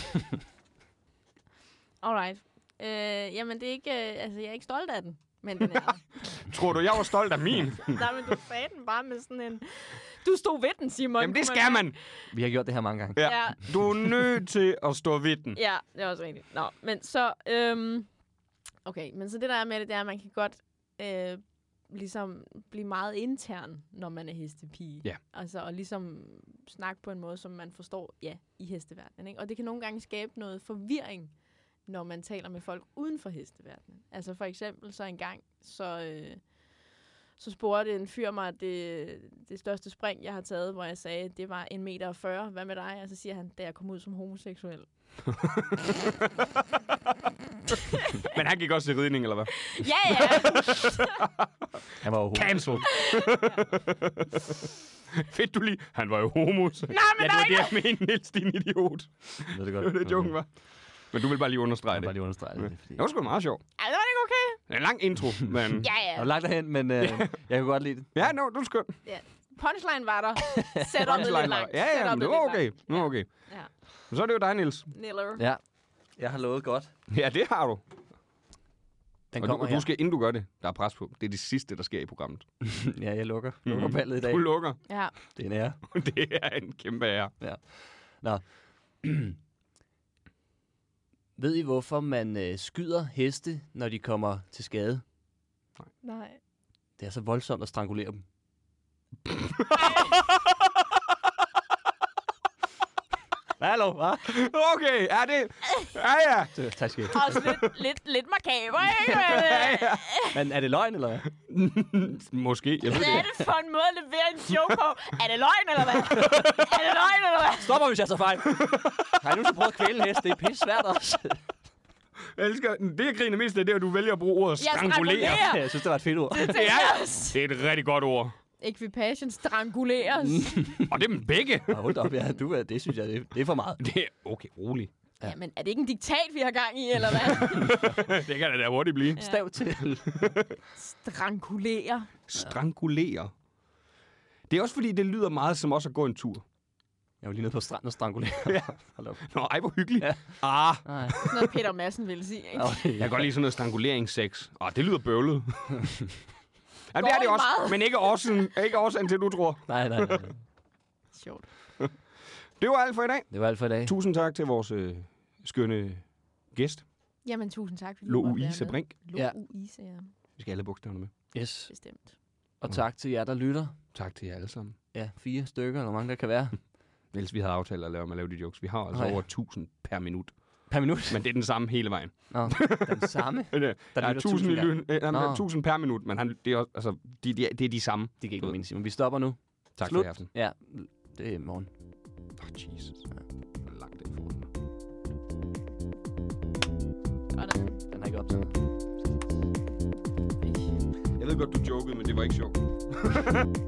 Alright. Øh, jamen, det er ikke... Øh, altså, jeg er ikke stolt af den. Men den er... Tror du, jeg var stolt af min? Nej, men du sagde den bare med sådan en... Du stod ved den, Simon. Jamen, det Kunne skal mærke. man. Vi har gjort det her mange gange. Ja. Ja. Du er nødt til at stå ved den. Ja, det er også rigtigt. Nå, men så... Øhm, okay, men så det der er med det, det er, at man kan godt øh, ligesom blive meget intern, når man er hestepige. Ja. Altså, og ligesom snakke på en måde, som man forstår, ja, i hesteverdenen. Ikke? Og det kan nogle gange skabe noget forvirring, når man taler med folk uden for hesteverdenen. Altså for eksempel så en gang, så, øh, så spurgte en fyr mig det, det største spring, jeg har taget, hvor jeg sagde, det var en meter og fyrre. Hvad med dig? Og så siger han, da jeg kom ud som homoseksuel. Men han gik også til ridning, eller hvad? Ja, ja. Han var jo homo. Cancel. Fedt du lige. Han var jo homo. Nej, men ja, det der var er det, jeg mente, Niels, din idiot. Ved det godt. Det var det, joken var. Men du vil bare lige understrege Jeg det. bare lige understrege det. Fordi... Det var sgu da meget sjovt. Ej, det var ikke okay. Det er en lang intro, men... Ja, ja. Jeg var langt derhen, men øh, jeg kunne godt lide det. Ja, no, du er skøn. ja. Punchline var der. Setup'et lidt langt. Ja, ja, men det var okay. Nu er okay. Ja. Men så er det jo dig, Niels. Niller. Ja. Jeg har lovet godt. Ja, det har du. Den Og kommer du, du skal, inden du gør det, der er pres på. Det er det sidste, der sker i programmet. her. Ja, jeg lukker. Lukker ballet i dag. Du lukker. Ja. Det er en ære. Det er en kæmpe ære. Ja. Nå. Ved I, hvorfor man øh, skyder heste, når de kommer til skade? Nej. Det er så voldsomt at strangulere dem. Hallo, hva'? Okay, er det... Ja, ja. Det- Tak skal I Også lidt, lidt, lidt makaber, ikke? Men, ja, øh, ja. Men er det løgn, eller hvad? Måske, jeg ved hvad det er ikke. det for en måde at levere en joke på? Er det løgn, eller hvad? Er det løgn, eller hvad? Stopper, hvis jeg tager fejl. Har I nu så prøvet at kvæle en hest? Det er pisse svært også. Jeg elsker, det jeg griner mest af, det er, at du vælger at bruge ordet Ja, strangulere. strangulere. Jeg synes, det var et fedt ord. Det er, det er et rigtig godt ord. Equipagen stranguleres. Og det er dem begge. Nå, hold da op, ja. Du, er- det synes jeg, det, det er for meget. Det er okay, rolig. Ja. Jamen, er det ikke en diktat, vi har gang i, eller hvad? Det kan da da hurtigt blive. Stav til. Strangulere. Strangulere. Det er også fordi, det lyder meget som også at gå en tur. Jeg var lige nede på stranden og strangulere. Ja. Hold op. Nå, ej, hvor hyggeligt. Ja. Ah, Nej. Sådan noget Peter Madsen ville sige, ikke? Okay, jeg kan godt lide sådan noget stranguleringssex. Ah, det lyder bøvlet. Jamen, det er Går det det også, meget? men ikke årsagen, ikke årsagen til, du tror. Nej, nej, nej. Sjovt. Det var alt for i dag. Det var alt for i dag. Tusind tak til vores øh, skønne gæst, Jamen, tusind tak, fordi du måtte være Louise med. Brink. Ja. Louise, ja. Vi skal alle bogstaverne med. Yes. Bestemt. Og tak til jer, der lytter. Tak til jer alle sammen. Ja, fire stykker, eller hvor mange der kan være. Ellers vi havde aftalt at lave, om at lave de jokes. Vi har altså Nå ja. over tusind per minut. Per minut. Men det er den samme hele vejen. Nå, den samme. Der Der er lytter tusind, i tusind lyn, øh, Nå. tusind per minut, men han, det er, også, altså, de, de, det er de samme. Det gik ikke min Simon. Vi stopper nu. Tak Slut. for i aften. Ja, det er i morgen. Åh, oh, Jesus. Hvor langt det er for mig. Sådan. Den er ikke optaget. Jeg ved godt, du jokede, men det var ikke sjovt.